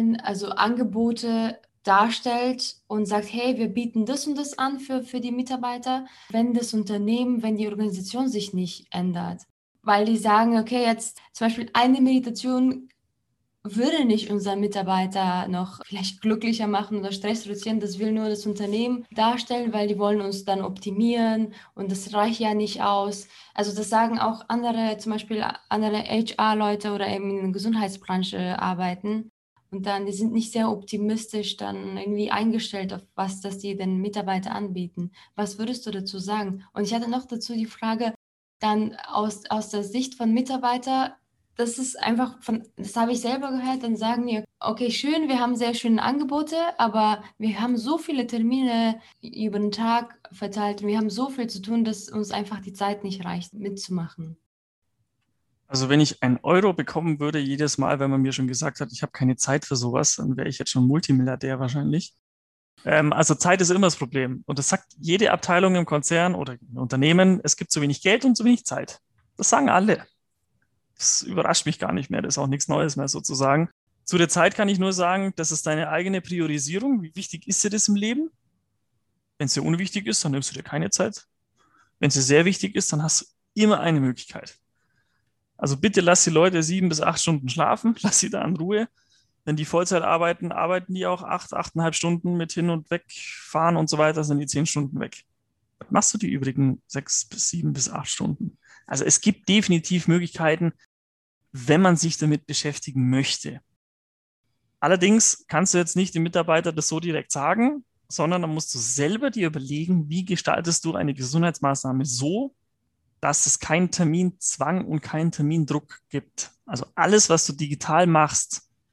Angebote darstellt und sagt, hey, wir bieten das und das an für die Mitarbeiter, wenn die Organisation sich nicht ändert. Weil die sagen, okay, jetzt zum Beispiel eine Meditation würde nicht unseren Mitarbeiter noch vielleicht glücklicher machen oder Stress reduzieren. Das will nur das Unternehmen darstellen, weil die wollen uns dann optimieren und das reicht ja nicht aus. Also das sagen auch andere, zum Beispiel andere HR-Leute oder eben in der Gesundheitsbranche arbeiten. Und dann, die sind nicht sehr optimistisch dann irgendwie eingestellt auf was, das die den Mitarbeiter anbieten. Was würdest du dazu sagen? Und ich hatte noch dazu die Frage, dann aus der Sicht von Mitarbeiter, das ist einfach das habe ich selber gehört, dann sagen die, okay, schön, wir haben sehr schöne Angebote, aber wir haben so viele Termine über den Tag verteilt und wir haben so viel zu tun, dass uns einfach die Zeit nicht reicht, mitzumachen. Also wenn ich 1 Euro bekommen würde jedes Mal, wenn man mir schon gesagt hat, ich habe keine Zeit für sowas, dann wäre ich jetzt schon Multimilliardär wahrscheinlich. Also Zeit ist immer das Problem. Und das sagt jede Abteilung im Konzern oder im Unternehmen, es gibt zu wenig Geld und zu wenig Zeit. Das sagen alle. Das überrascht mich gar nicht mehr, das ist auch nichts Neues mehr sozusagen. Zu der Zeit kann ich nur sagen, das ist deine eigene Priorisierung. Wie wichtig ist dir das im Leben? Wenn es dir unwichtig ist, dann nimmst du dir keine Zeit. Wenn es dir sehr wichtig ist, dann hast du immer eine Möglichkeit. Also bitte lass die Leute 7 bis 8 Stunden schlafen, lass sie da in Ruhe. Wenn die Vollzeit arbeiten, arbeiten die auch 8,5 Stunden mit hin und weg fahren und so weiter, sind die 10 Stunden weg. Was machst du die übrigen 6 bis 7 bis 8 Stunden? Also es gibt definitiv Möglichkeiten, wenn man sich damit beschäftigen möchte. Allerdings kannst du jetzt nicht dem Mitarbeiter das so direkt sagen, sondern dann musst du selber dir überlegen, wie gestaltest du eine Gesundheitsmaßnahme so, dass es keinen Terminzwang und keinen Termindruck gibt. Also alles, was du digital machst,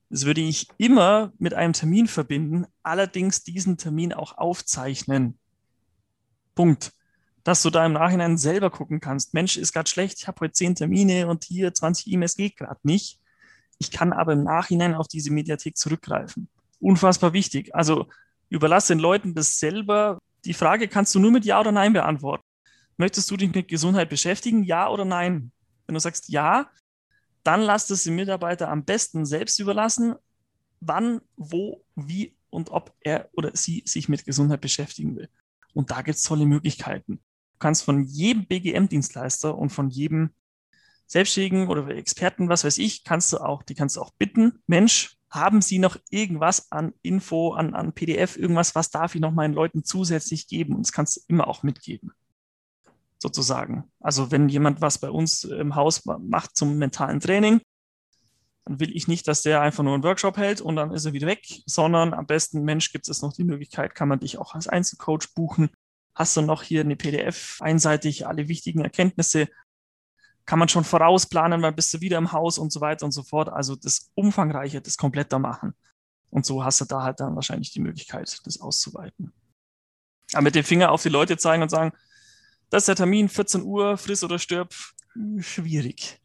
Das würde ich immer mit einem Termin verbinden, allerdings diesen Termin auch aufzeichnen. Punkt. Dass du da im Nachhinein selber gucken kannst. Mensch, ist gerade schlecht, ich habe heute 10 Termine und hier 20 E-Mails geht gerade nicht. Ich kann aber im Nachhinein auf diese Mediathek zurückgreifen. Unfassbar wichtig. Also überlass den Leuten das selber. Die Frage kannst du nur mit Ja oder Nein beantworten. Möchtest du dich mit Gesundheit beschäftigen? Ja oder nein? Wenn du sagst ja, dann lass es den Mitarbeiter am besten selbst überlassen, wann, wo, wie und ob er oder sie sich mit Gesundheit beschäftigen will. Und da gibt es tolle Möglichkeiten. Du kannst von jedem BGM-Dienstleister und von jedem Selbstständigen oder Experten, was weiß ich, die kannst du auch bitten, Mensch, haben Sie noch irgendwas an Info, an PDF, irgendwas, was darf ich noch meinen Leuten zusätzlich geben? Und das kannst du immer auch mitgeben, sozusagen. Also wenn jemand was bei uns im Haus macht zum mentalen Training, dann will ich nicht, dass der einfach nur einen Workshop hält und dann ist er wieder weg, sondern am besten, Mensch, gibt es noch die Möglichkeit, kann man dich auch als Einzelcoach buchen? Hast du noch hier eine PDF, einseitig alle wichtigen Erkenntnisse? Kann man schon vorausplanen, wann bist du wieder im Haus und so weiter und so fort. Also das Umfangreiche, das kompletter machen. Und so hast du da halt dann wahrscheinlich die Möglichkeit, das auszuweiten. Aber mit dem Finger auf die Leute zeigen und sagen, das ist der Termin, 14 Uhr, friss oder stirb, schwierig.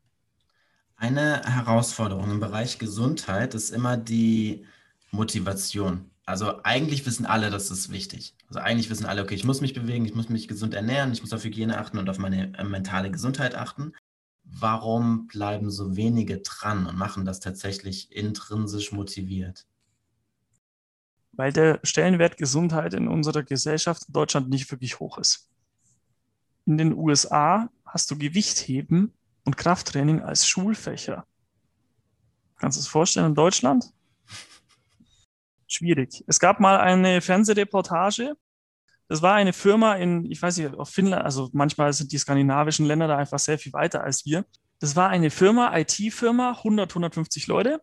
Eine Herausforderung im Bereich Gesundheit ist immer die Motivation. Also eigentlich wissen alle, das ist wichtig. Also eigentlich wissen alle, okay, ich muss mich bewegen, ich muss mich gesund ernähren, ich muss auf Hygiene achten und auf meine mentale Gesundheit achten. Warum bleiben so wenige dran und machen das tatsächlich intrinsisch motiviert? Weil der Stellenwert Gesundheit in unserer Gesellschaft in Deutschland nicht wirklich hoch ist. In den USA hast du Gewichtheben und Krafttraining als Schulfächer. Kannst du es vorstellen in Deutschland? Schwierig. Es gab mal eine Fernsehreportage. Das war eine Firma ich weiß nicht, auf Finnland, also manchmal sind die skandinavischen Länder da einfach sehr viel weiter als wir. Das war eine Firma, IT-Firma, 150 Leute.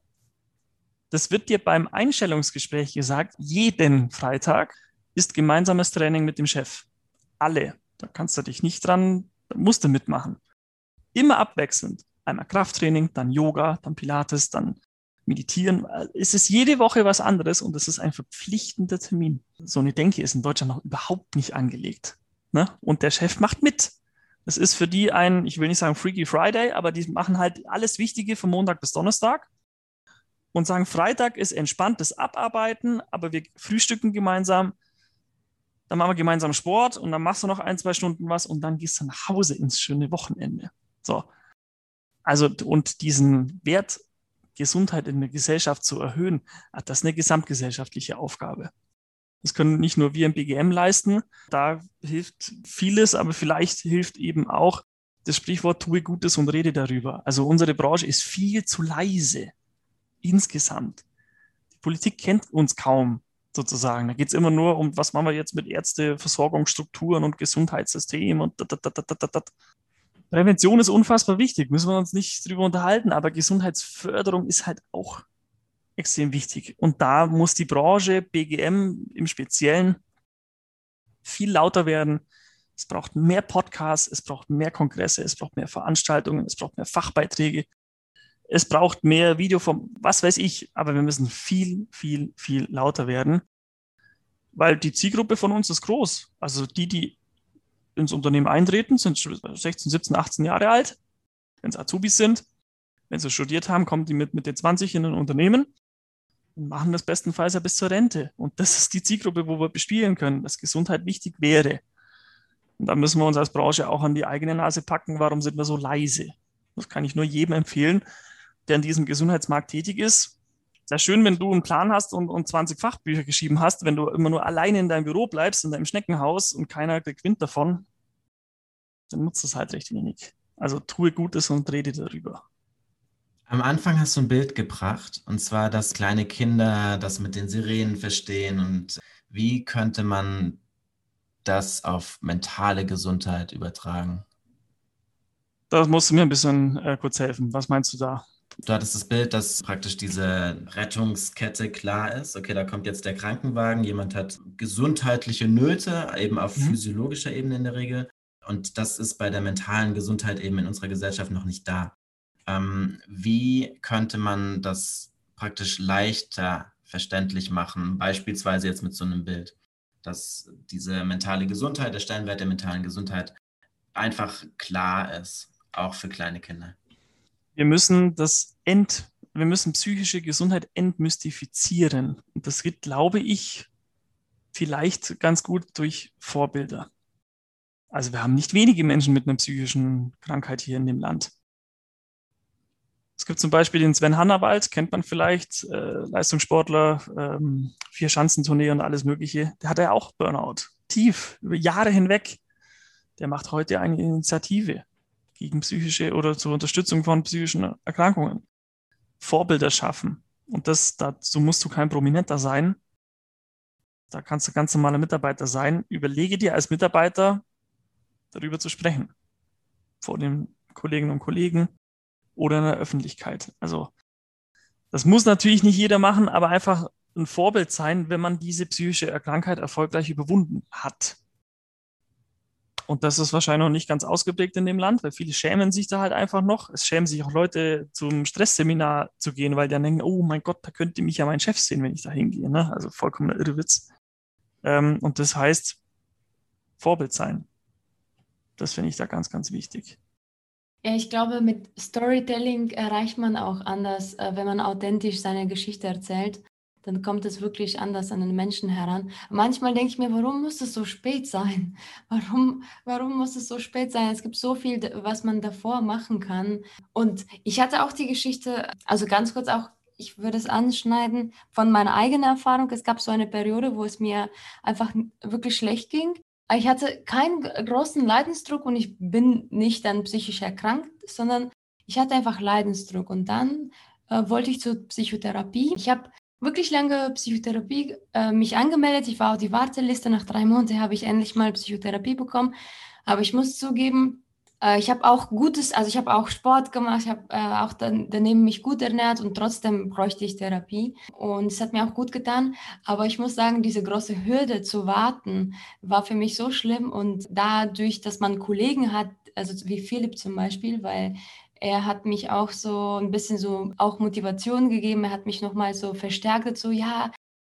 Das wird dir beim Einstellungsgespräch gesagt, jeden Freitag ist gemeinsames Training mit dem Chef. Alle. Da kannst du dich nicht dran, da musst du mitmachen. Immer abwechselnd. Einmal Krafttraining, dann Yoga, dann Pilates, dann Meditieren. Es ist jede Woche was anderes und es ist ein verpflichtender Termin. So eine Denke ist in Deutschland noch überhaupt nicht angelegt. Ne? Und der Chef macht mit. Das ist für die ich will nicht sagen Freaky Friday, aber die machen halt alles Wichtige von Montag bis Donnerstag und sagen, Freitag ist entspanntes Abarbeiten, aber wir frühstücken gemeinsam, dann machen wir gemeinsam Sport und dann machst du noch 1-2 Stunden was und dann gehst du nach Hause ins schöne Wochenende. So. Also, und diesen Wert Gesundheit in der Gesellschaft zu erhöhen, das ist eine gesamtgesellschaftliche Aufgabe. Das können nicht nur wir im BGM leisten, da hilft vieles, aber vielleicht hilft eben auch das Sprichwort, tue Gutes und rede darüber. Also unsere Branche ist viel zu leise, insgesamt. Die Politik kennt uns kaum, sozusagen. Da geht es immer nur um, was machen wir jetzt mit Ärzte, Versorgungsstrukturen und Gesundheitssystem und Prävention ist unfassbar wichtig, müssen wir uns nicht drüber unterhalten, aber Gesundheitsförderung ist halt auch extrem wichtig. Und da muss die Branche, BGM im Speziellen, viel lauter werden. Es braucht mehr Podcasts, es braucht mehr Kongresse, es braucht mehr Veranstaltungen, es braucht mehr Fachbeiträge, es braucht mehr Video vom, was weiß ich, aber wir müssen viel, viel, viel lauter werden, weil die Zielgruppe von uns ist groß. Also die ins Unternehmen eintreten, sind 16, 17, 18 Jahre alt. Wenn es Azubis sind, wenn sie studiert haben, kommen die mit den 20 in ein Unternehmen und machen das bestenfalls ja bis zur Rente. Und das ist die Zielgruppe, wo wir bespielen können, dass Gesundheit wichtig wäre. Und da müssen wir uns als Branche auch an die eigene Nase packen, warum sind wir so leise? Das kann ich nur jedem empfehlen, der in diesem Gesundheitsmarkt tätig ist. Sehr schön, wenn du einen Plan hast und 20 Fachbücher geschrieben hast, wenn du immer nur alleine in deinem Büro bleibst, in deinem Schneckenhaus und keiner kriegt Wind davon, dann nutzt es halt recht wenig. Also tue Gutes und rede darüber. Am Anfang hast du ein Bild gebracht, und zwar, dass kleine Kinder das mit den Sirenen verstehen. Und wie könnte man das auf mentale Gesundheit übertragen? Da musst du mir ein bisschen kurz helfen. Was meinst du da? Du hattest das Bild, dass praktisch diese Rettungskette klar ist. Okay, da kommt jetzt der Krankenwagen, jemand hat gesundheitliche Nöte, eben auf physiologischer Ebene in der Regel. Und das ist bei der mentalen Gesundheit eben in unserer Gesellschaft noch nicht da. Wie könnte man das praktisch leichter verständlich machen, beispielsweise jetzt mit so einem Bild, dass diese mentale Gesundheit, der Stellenwert der mentalen Gesundheit einfach klar ist, auch für kleine Kinder. Wir müssen psychische Gesundheit entmystifizieren. Und das geht, glaube ich, vielleicht ganz gut durch Vorbilder. Also wir haben nicht wenige Menschen mit einer psychischen Krankheit hier in dem Land. Es gibt zum Beispiel den Sven Hannawald, kennt man vielleicht, Leistungssportler, 4-Schanzentournee und alles Mögliche. Der hatte ja auch Burnout, tief, über Jahre hinweg. Der macht heute eine Initiative gegen psychische oder zur Unterstützung von psychischen Erkrankungen. Vorbilder schaffen. Und dazu musst du kein Prominenter sein. Da kannst du ganz normaler Mitarbeiter sein. Überlege dir als Mitarbeiter, darüber zu sprechen. Vor den Kolleginnen und Kollegen oder in der Öffentlichkeit. Also, das muss natürlich nicht jeder machen, aber einfach ein Vorbild sein, wenn man diese psychische Krankheit erfolgreich überwunden hat. Und das ist wahrscheinlich noch nicht ganz ausgeprägt in dem Land, weil viele schämen sich da halt einfach noch. Es schämen sich auch Leute, zum Stressseminar zu gehen, weil die dann denken, oh mein Gott, da könnte mich ja mein Chef sehen, wenn ich da hingehe. Ne? Also vollkommener Irrwitz. Und das heißt, Vorbild sein. Das finde ich da ganz, ganz wichtig. Ja, ich glaube, mit Storytelling erreicht man auch anders, wenn man authentisch seine Geschichte erzählt, dann kommt es wirklich anders an den Menschen heran. Manchmal denke ich mir, warum muss es so spät sein? Warum muss es so spät sein? Es gibt so viel, was man davor machen kann. Und ich hatte auch die Geschichte, also ganz kurz auch, ich würde es anschneiden, von meiner eigenen Erfahrung. Es gab so eine Periode, wo es mir einfach wirklich schlecht ging. Ich hatte keinen großen Leidensdruck und ich bin nicht dann psychisch erkrankt, sondern ich hatte einfach Leidensdruck. Und dann wollte ich zur Psychotherapie. Ich habe wirklich lange Psychotherapie mich angemeldet. Ich war auf die Warteliste. Nach 3 Monaten habe ich endlich mal Psychotherapie bekommen. Aber ich muss zugeben, ich habe auch ich habe auch Sport gemacht, ich habe auch daneben mich gut ernährt und trotzdem bräuchte ich Therapie. Und es hat mir auch gut getan. Aber ich muss sagen, diese große Hürde zu warten, war für mich so schlimm. Und dadurch, dass man Kollegen hat, also wie Philipp zum Beispiel, weil er hat mich auch so ein bisschen so auch Motivation gegeben. Er hat mich nochmal so verstärkt, so ja,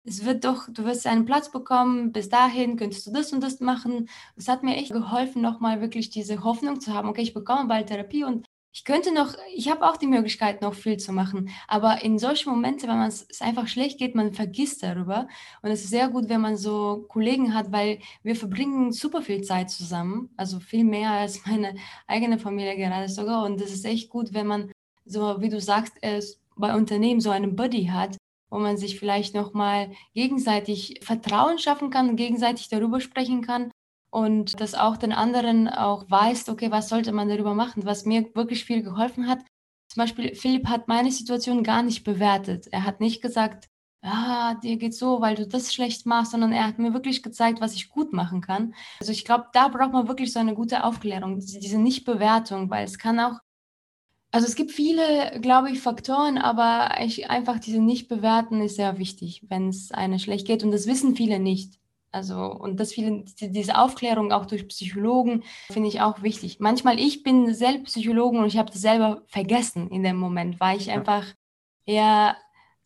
du wirst einen Platz bekommen, bis dahin könntest du das und das machen. Es hat mir echt geholfen, nochmal wirklich diese Hoffnung zu haben, okay, ich bekomme bald Therapie und ich habe auch die Möglichkeit, noch viel zu machen. Aber in solchen Momenten, wenn es einfach schlecht geht, man vergisst darüber. Und es ist sehr gut, wenn man so Kollegen hat, weil wir verbringen super viel Zeit zusammen. Also viel mehr als meine eigene Familie gerade sogar. Und es ist echt gut, wenn man so, wie du sagst, bei Unternehmen so einen Buddy hat, wo man sich vielleicht nochmal gegenseitig Vertrauen schaffen kann, gegenseitig darüber sprechen kann und dass auch den anderen auch weiß, okay, was sollte man darüber machen, was mir wirklich viel geholfen hat. Zum Beispiel, Philipp hat meine Situation gar nicht bewertet. Er hat nicht gesagt, dir geht so, weil du das schlecht machst, sondern er hat mir wirklich gezeigt, was ich gut machen kann. Also ich glaube, da braucht man wirklich so eine gute Aufklärung, diese Nichtbewertung, weil es kann auch also es gibt viele, glaube ich, Faktoren, aber einfach diese Nicht-Bewerten ist sehr wichtig, wenn es einem schlecht geht. Und das wissen viele nicht. Also, und diese Aufklärung auch durch Psychologen finde ich auch wichtig. Manchmal, ich bin selbst Psychologen und ich habe das selber vergessen in dem Moment, weil ich einfach eher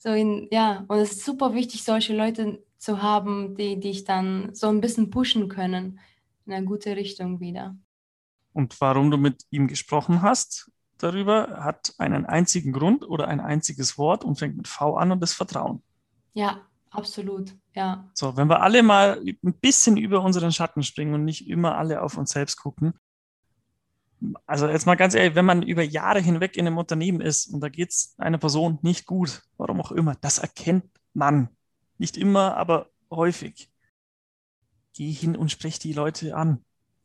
und es ist super wichtig, solche Leute zu haben, die dich dann so ein bisschen pushen können in eine gute Richtung wieder. Und warum du mit ihm gesprochen hast darüber, hat einen einzigen Grund oder ein einziges Wort und fängt mit V an und das Vertrauen. Ja, absolut, ja. So, wenn wir alle mal ein bisschen über unseren Schatten springen und nicht immer alle auf uns selbst gucken. Also jetzt mal ganz ehrlich, wenn man über Jahre hinweg in einem Unternehmen ist und da geht es einer Person nicht gut, warum auch immer, das erkennt man. Nicht immer, aber häufig. Geh hin und sprech die Leute an.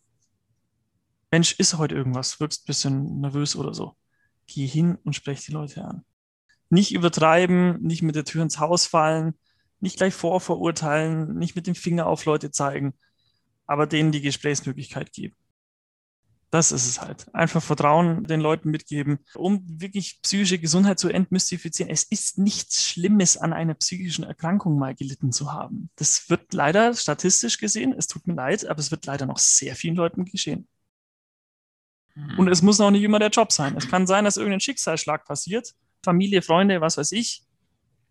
Mensch, ist heute irgendwas, wirkst ein bisschen nervös oder so. Geh hin und sprech die Leute an. Nicht übertreiben, nicht mit der Tür ins Haus fallen, nicht gleich vorverurteilen, nicht mit dem Finger auf Leute zeigen, aber denen die Gesprächsmöglichkeit geben. Das ist es halt. Einfach Vertrauen den Leuten mitgeben, um wirklich psychische Gesundheit zu entmystifizieren. Es ist nichts Schlimmes, an einer psychischen Erkrankung mal gelitten zu haben. Das wird leider statistisch gesehen, es tut mir leid, aber es wird leider noch sehr vielen Leuten geschehen. Und es muss auch nicht immer der Job sein. Es kann sein, dass irgendein Schicksalsschlag passiert. Familie, Freunde, was weiß ich.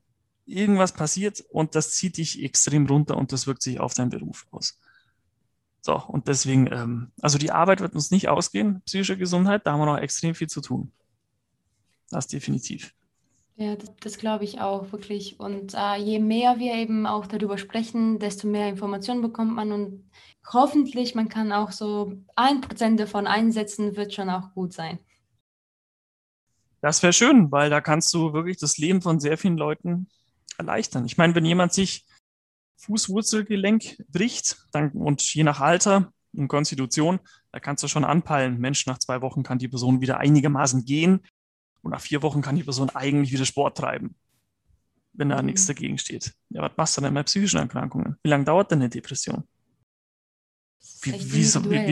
irgendwas passiert und das zieht dich extrem runter und das wirkt sich auf deinen Beruf aus. So, und deswegen, also die Arbeit wird uns nicht ausgehen, psychische Gesundheit, da haben wir noch extrem viel zu tun. Das definitiv. Ja, das glaube ich auch wirklich. Und je mehr wir eben auch darüber sprechen, desto mehr Informationen bekommt man und hoffentlich, man kann auch so 1% davon einsetzen, wird schon auch gut sein. Das wäre schön, weil da kannst du wirklich das Leben von sehr vielen Leuten erleichtern. Ich meine, wenn jemand sich Fußwurzelgelenk bricht und je nach Alter und Konstitution, da kannst du schon anpeilen, Mensch, nach 2 Wochen kann die Person wieder einigermaßen gehen und nach 4 Wochen kann die Person eigentlich wieder Sport treiben, wenn da nichts dagegen steht. Ja, was machst du denn bei psychischen Erkrankungen? Wie lange dauert denn eine Depression? Wie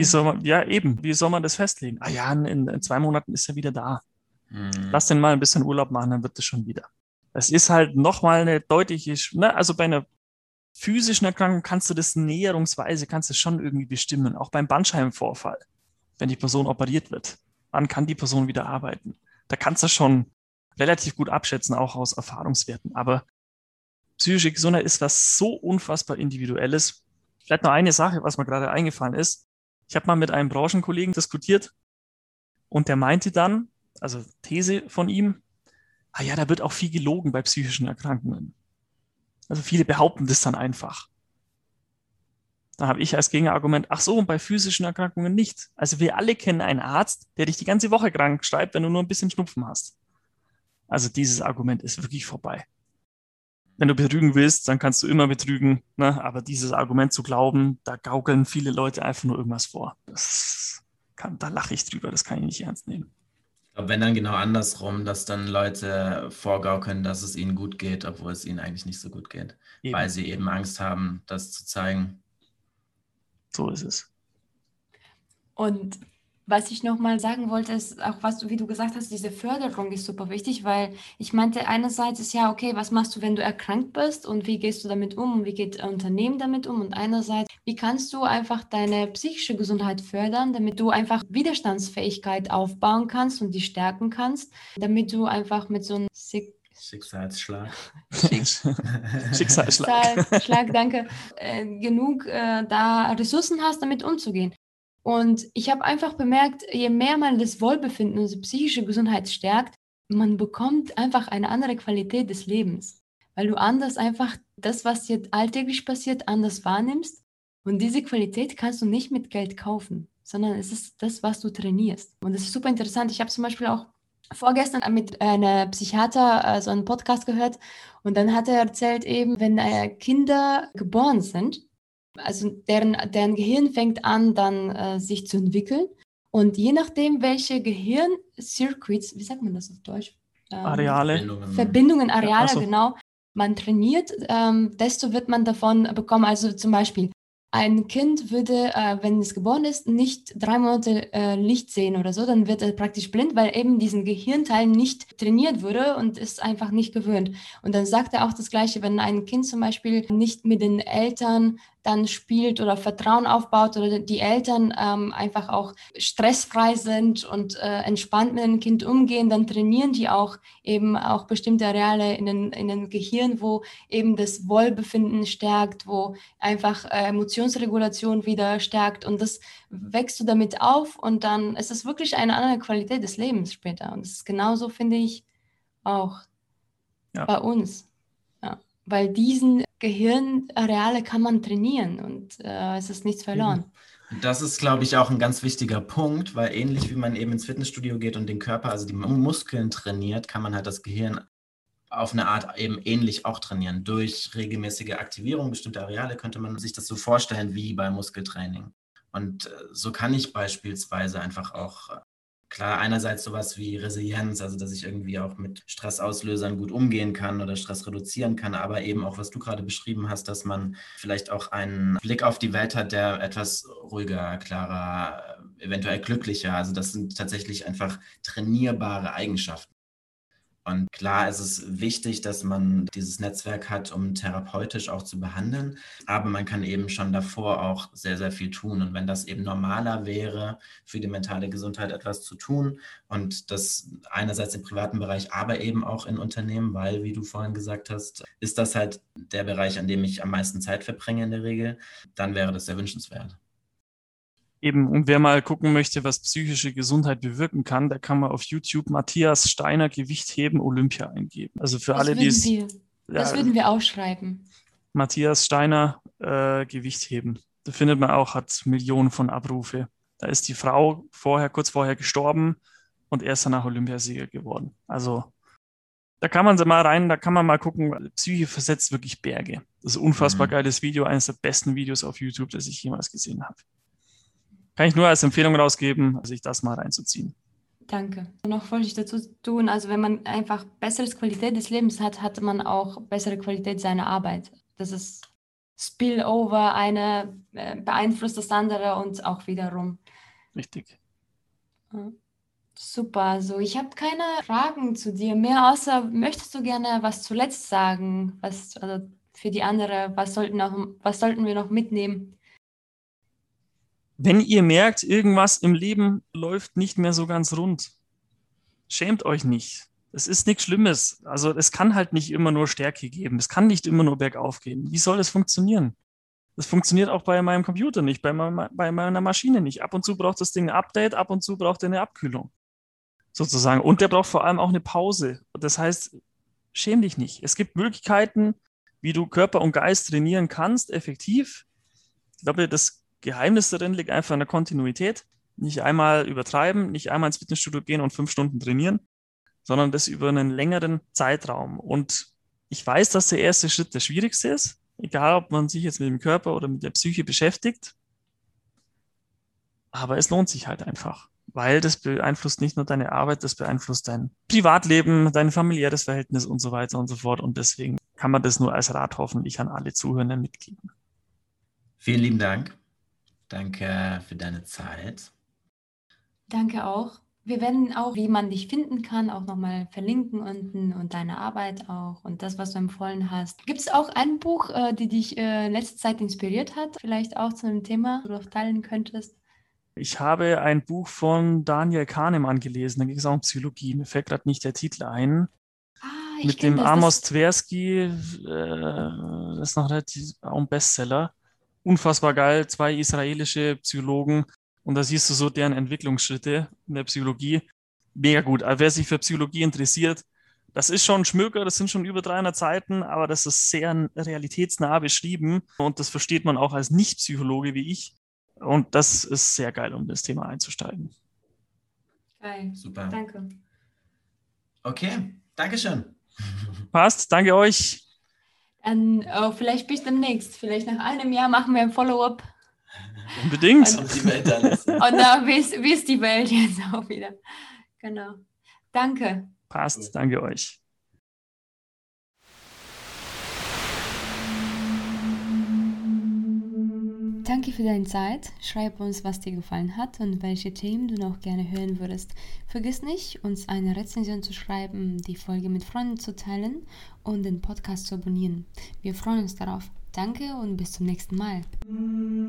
soll man das festlegen? Ah ja, in 2 Monaten ist er wieder da. Lass den mal ein bisschen Urlaub machen, dann wird es schon wieder. Das ist halt nochmal eine deutliche, also bei einer physischen Erkrankung kannst du das näherungsweise, kannst du schon irgendwie bestimmen. Auch beim Bandscheibenvorfall, wenn die Person operiert wird, wann kann die Person wieder arbeiten? Da kannst du schon relativ gut abschätzen, auch aus Erfahrungswerten. Aber psychische Gesundheit ist was so unfassbar Individuelles. Vielleicht noch eine Sache, was mir gerade eingefallen ist. Ich habe mal mit einem Branchenkollegen diskutiert und der meinte dann, also These von ihm, ah ja, da wird auch viel gelogen bei psychischen Erkrankungen. Also viele behaupten das dann einfach. Da habe ich als Gegenargument, ach so, und bei physischen Erkrankungen nicht. Also wir alle kennen einen Arzt, der dich die ganze Woche krank schreibt, wenn du nur ein bisschen Schnupfen hast. Also dieses Argument ist wirklich vorbei. Wenn du betrügen willst, dann kannst du immer betrügen, ne? Aber dieses Argument zu glauben, da gaukeln viele Leute einfach nur irgendwas vor. Da lache ich drüber, das kann ich nicht ernst nehmen. Ich glaube, wenn dann genau andersrum, dass dann Leute vorgaukeln, dass es ihnen gut geht, obwohl es ihnen eigentlich nicht so gut geht, weil sie eben Angst haben, das zu zeigen. So ist es. Und was ich nochmal sagen wollte, ist auch, wie du gesagt hast, diese Förderung ist super wichtig, weil ich meinte, einerseits ist ja, okay, was machst du, wenn du erkrankt bist und wie gehst du damit um und wie geht ein Unternehmen damit um? Und einerseits, wie kannst du einfach deine psychische Gesundheit fördern, damit du einfach Widerstandsfähigkeit aufbauen kannst und die stärken kannst, damit du einfach mit so einem Schicksalsschlag. Schicksalsschlag, danke, genug da Ressourcen hast, damit umzugehen. Und ich habe einfach bemerkt, je mehr man das Wohlbefinden und die psychische Gesundheit stärkt, man bekommt einfach eine andere Qualität des Lebens, weil du anders einfach das, was dir alltäglich passiert, anders wahrnimmst. Und diese Qualität kannst du nicht mit Geld kaufen, sondern es ist das, was du trainierst. Und das ist super interessant. Ich habe zum Beispiel auch vorgestern mit einem Psychiater so einen Podcast gehört und dann hat er erzählt eben, wenn Kinder geboren sind, also deren Gehirn fängt an, dann sich zu entwickeln. Und je nachdem, welche Gehirncircuits, wie sagt man das auf Deutsch? Verbindungen, Areale, ja, genau, man trainiert, desto wird man davon bekommen. Also zum Beispiel, ein Kind würde, wenn es geboren ist, nicht 3 Monate Licht sehen oder so, dann wird er praktisch blind, weil eben diesen Gehirnteil nicht trainiert wurde und ist einfach nicht gewöhnt. Und dann sagt er auch das Gleiche, wenn ein Kind zum Beispiel nicht mit den Eltern dann spielt oder Vertrauen aufbaut oder die Eltern einfach auch stressfrei sind und entspannt mit dem Kind umgehen, dann trainieren die auch eben auch bestimmte Areale in den Gehirn, wo eben das Wohlbefinden stärkt, wo einfach Emotionsregulation wieder stärkt und das wächst du damit auf und dann ist es wirklich eine andere Qualität des Lebens später und das ist genauso, finde ich, auch bei uns. Ja. Weil diesen Gehirnareale kann man trainieren und es ist nichts verloren. Das ist, glaube ich, auch ein ganz wichtiger Punkt, weil ähnlich wie man eben ins Fitnessstudio geht und den Körper, also die Muskeln trainiert, kann man halt das Gehirn auf eine Art eben ähnlich auch trainieren. Durch regelmäßige Aktivierung bestimmter Areale könnte man sich das so vorstellen wie beim Muskeltraining. Und so kann ich beispielsweise einfach auch, klar, einerseits sowas wie Resilienz, also dass ich irgendwie auch mit Stressauslösern gut umgehen kann oder Stress reduzieren kann, aber eben auch, was du gerade beschrieben hast, dass man vielleicht auch einen Blick auf die Welt hat, der etwas ruhiger, klarer, eventuell glücklicher. Also das sind tatsächlich einfach trainierbare Eigenschaften. Und klar ist es wichtig, dass man dieses Netzwerk hat, um therapeutisch auch zu behandeln. Aber man kann eben schon davor auch sehr, sehr viel tun. Und wenn das eben normaler wäre, für die mentale Gesundheit etwas zu tun und das einerseits im privaten Bereich, aber eben auch in Unternehmen, weil, wie du vorhin gesagt hast, ist das halt der Bereich, an dem ich am meisten Zeit verbringe in der Regel, dann wäre das sehr wünschenswert. Eben, und wer mal gucken möchte, was psychische Gesundheit bewirken kann, der kann mal auf YouTube Matthias Steiner Gewichtheben Olympia eingeben. Also für alle, die es... Das würden wir aufschreiben. Matthias Steiner Gewichtheben. Da findet man auch, hat Millionen von Abrufe. Da ist die Frau kurz vorher gestorben und er ist danach Olympiasieger geworden. Also da kann man mal rein, da kann man mal gucken, Psyche versetzt wirklich Berge. Das ist ein unfassbar geiles Video, eines der besten Videos auf YouTube, das ich jemals gesehen habe. Kann ich nur als Empfehlung rausgeben, sich das mal reinzuziehen. Danke. Noch wollte ich dazu tun, also wenn man einfach besseres Qualität des Lebens hat, hat man auch bessere Qualität seiner Arbeit. Das ist Spillover, eine beeinflusst das andere und auch wiederum. Richtig. Ja. Super, also ich habe keine Fragen zu dir mehr, außer möchtest du gerne was zuletzt sagen, also für die andere, was sollten wir noch mitnehmen? Wenn ihr merkt, irgendwas im Leben läuft nicht mehr so ganz rund, schämt euch nicht. Es ist nichts Schlimmes. Also es kann halt nicht immer nur Stärke geben. Es kann nicht immer nur bergauf gehen. Wie soll das funktionieren? Das funktioniert auch bei meinem Computer nicht, bei meiner Maschine nicht. Ab und zu braucht das Ding ein Update, ab und zu braucht er eine Abkühlung. Sozusagen. Und der braucht vor allem auch eine Pause. Das heißt, schäm dich nicht. Es gibt Möglichkeiten, wie du Körper und Geist trainieren kannst, effektiv. Ich glaube, das Geheimnis darin liegt einfach in der Kontinuität. Nicht einmal übertreiben, nicht einmal ins Fitnessstudio gehen und 5 Stunden trainieren, sondern das über einen längeren Zeitraum. Und ich weiß, dass der erste Schritt der schwierigste ist, egal ob man sich jetzt mit dem Körper oder mit der Psyche beschäftigt. Aber es lohnt sich halt einfach, weil das beeinflusst nicht nur deine Arbeit, das beeinflusst dein Privatleben, dein familiäres Verhältnis und so weiter und so fort. Und deswegen kann man das nur als Rat hoffentlich an alle Zuhörenden mitgeben. Vielen lieben Dank. Danke für deine Zeit. Danke auch. Wir werden auch, wie man dich finden kann, auch nochmal verlinken unten und deine Arbeit auch und das, was du empfohlen hast. Gibt es auch ein Buch, die dich in letzter Zeit inspiriert hat? Vielleicht auch zu einem Thema, das du teilen könntest? Ich habe ein Buch von Daniel Kahnemann gelesen, da ging es auch um Psychologie. Mir fällt gerade nicht der Titel ein. Mit dem Amos Tversky, das ist noch relativ auch ein Bestseller. Unfassbar geil, 2 israelische Psychologen und da siehst du so deren Entwicklungsschritte in der Psychologie. Mega gut. Also wer sich für Psychologie interessiert, das ist schon ein Schmöker, das sind schon über 300 Seiten, aber das ist sehr realitätsnah beschrieben und das versteht man auch als Nicht-Psychologe wie ich. Und das ist sehr geil, um das Thema einzusteigen. Geil. Super. Danke. Okay, Dankeschön. Passt, danke euch. Dann vielleicht bis demnächst. Vielleicht nach einem Jahr machen wir ein Follow-up. Unbedingt. Und die Welt alles. Und da wie ist die Welt jetzt auch wieder. Genau. Danke. Passt, danke euch. Danke für deine Zeit. Schreib uns, was dir gefallen hat und welche Themen du noch gerne hören würdest. Vergiss nicht, uns eine Rezension zu schreiben, die Folge mit Freunden zu teilen und den Podcast zu abonnieren. Wir freuen uns darauf. Danke und bis zum nächsten Mal.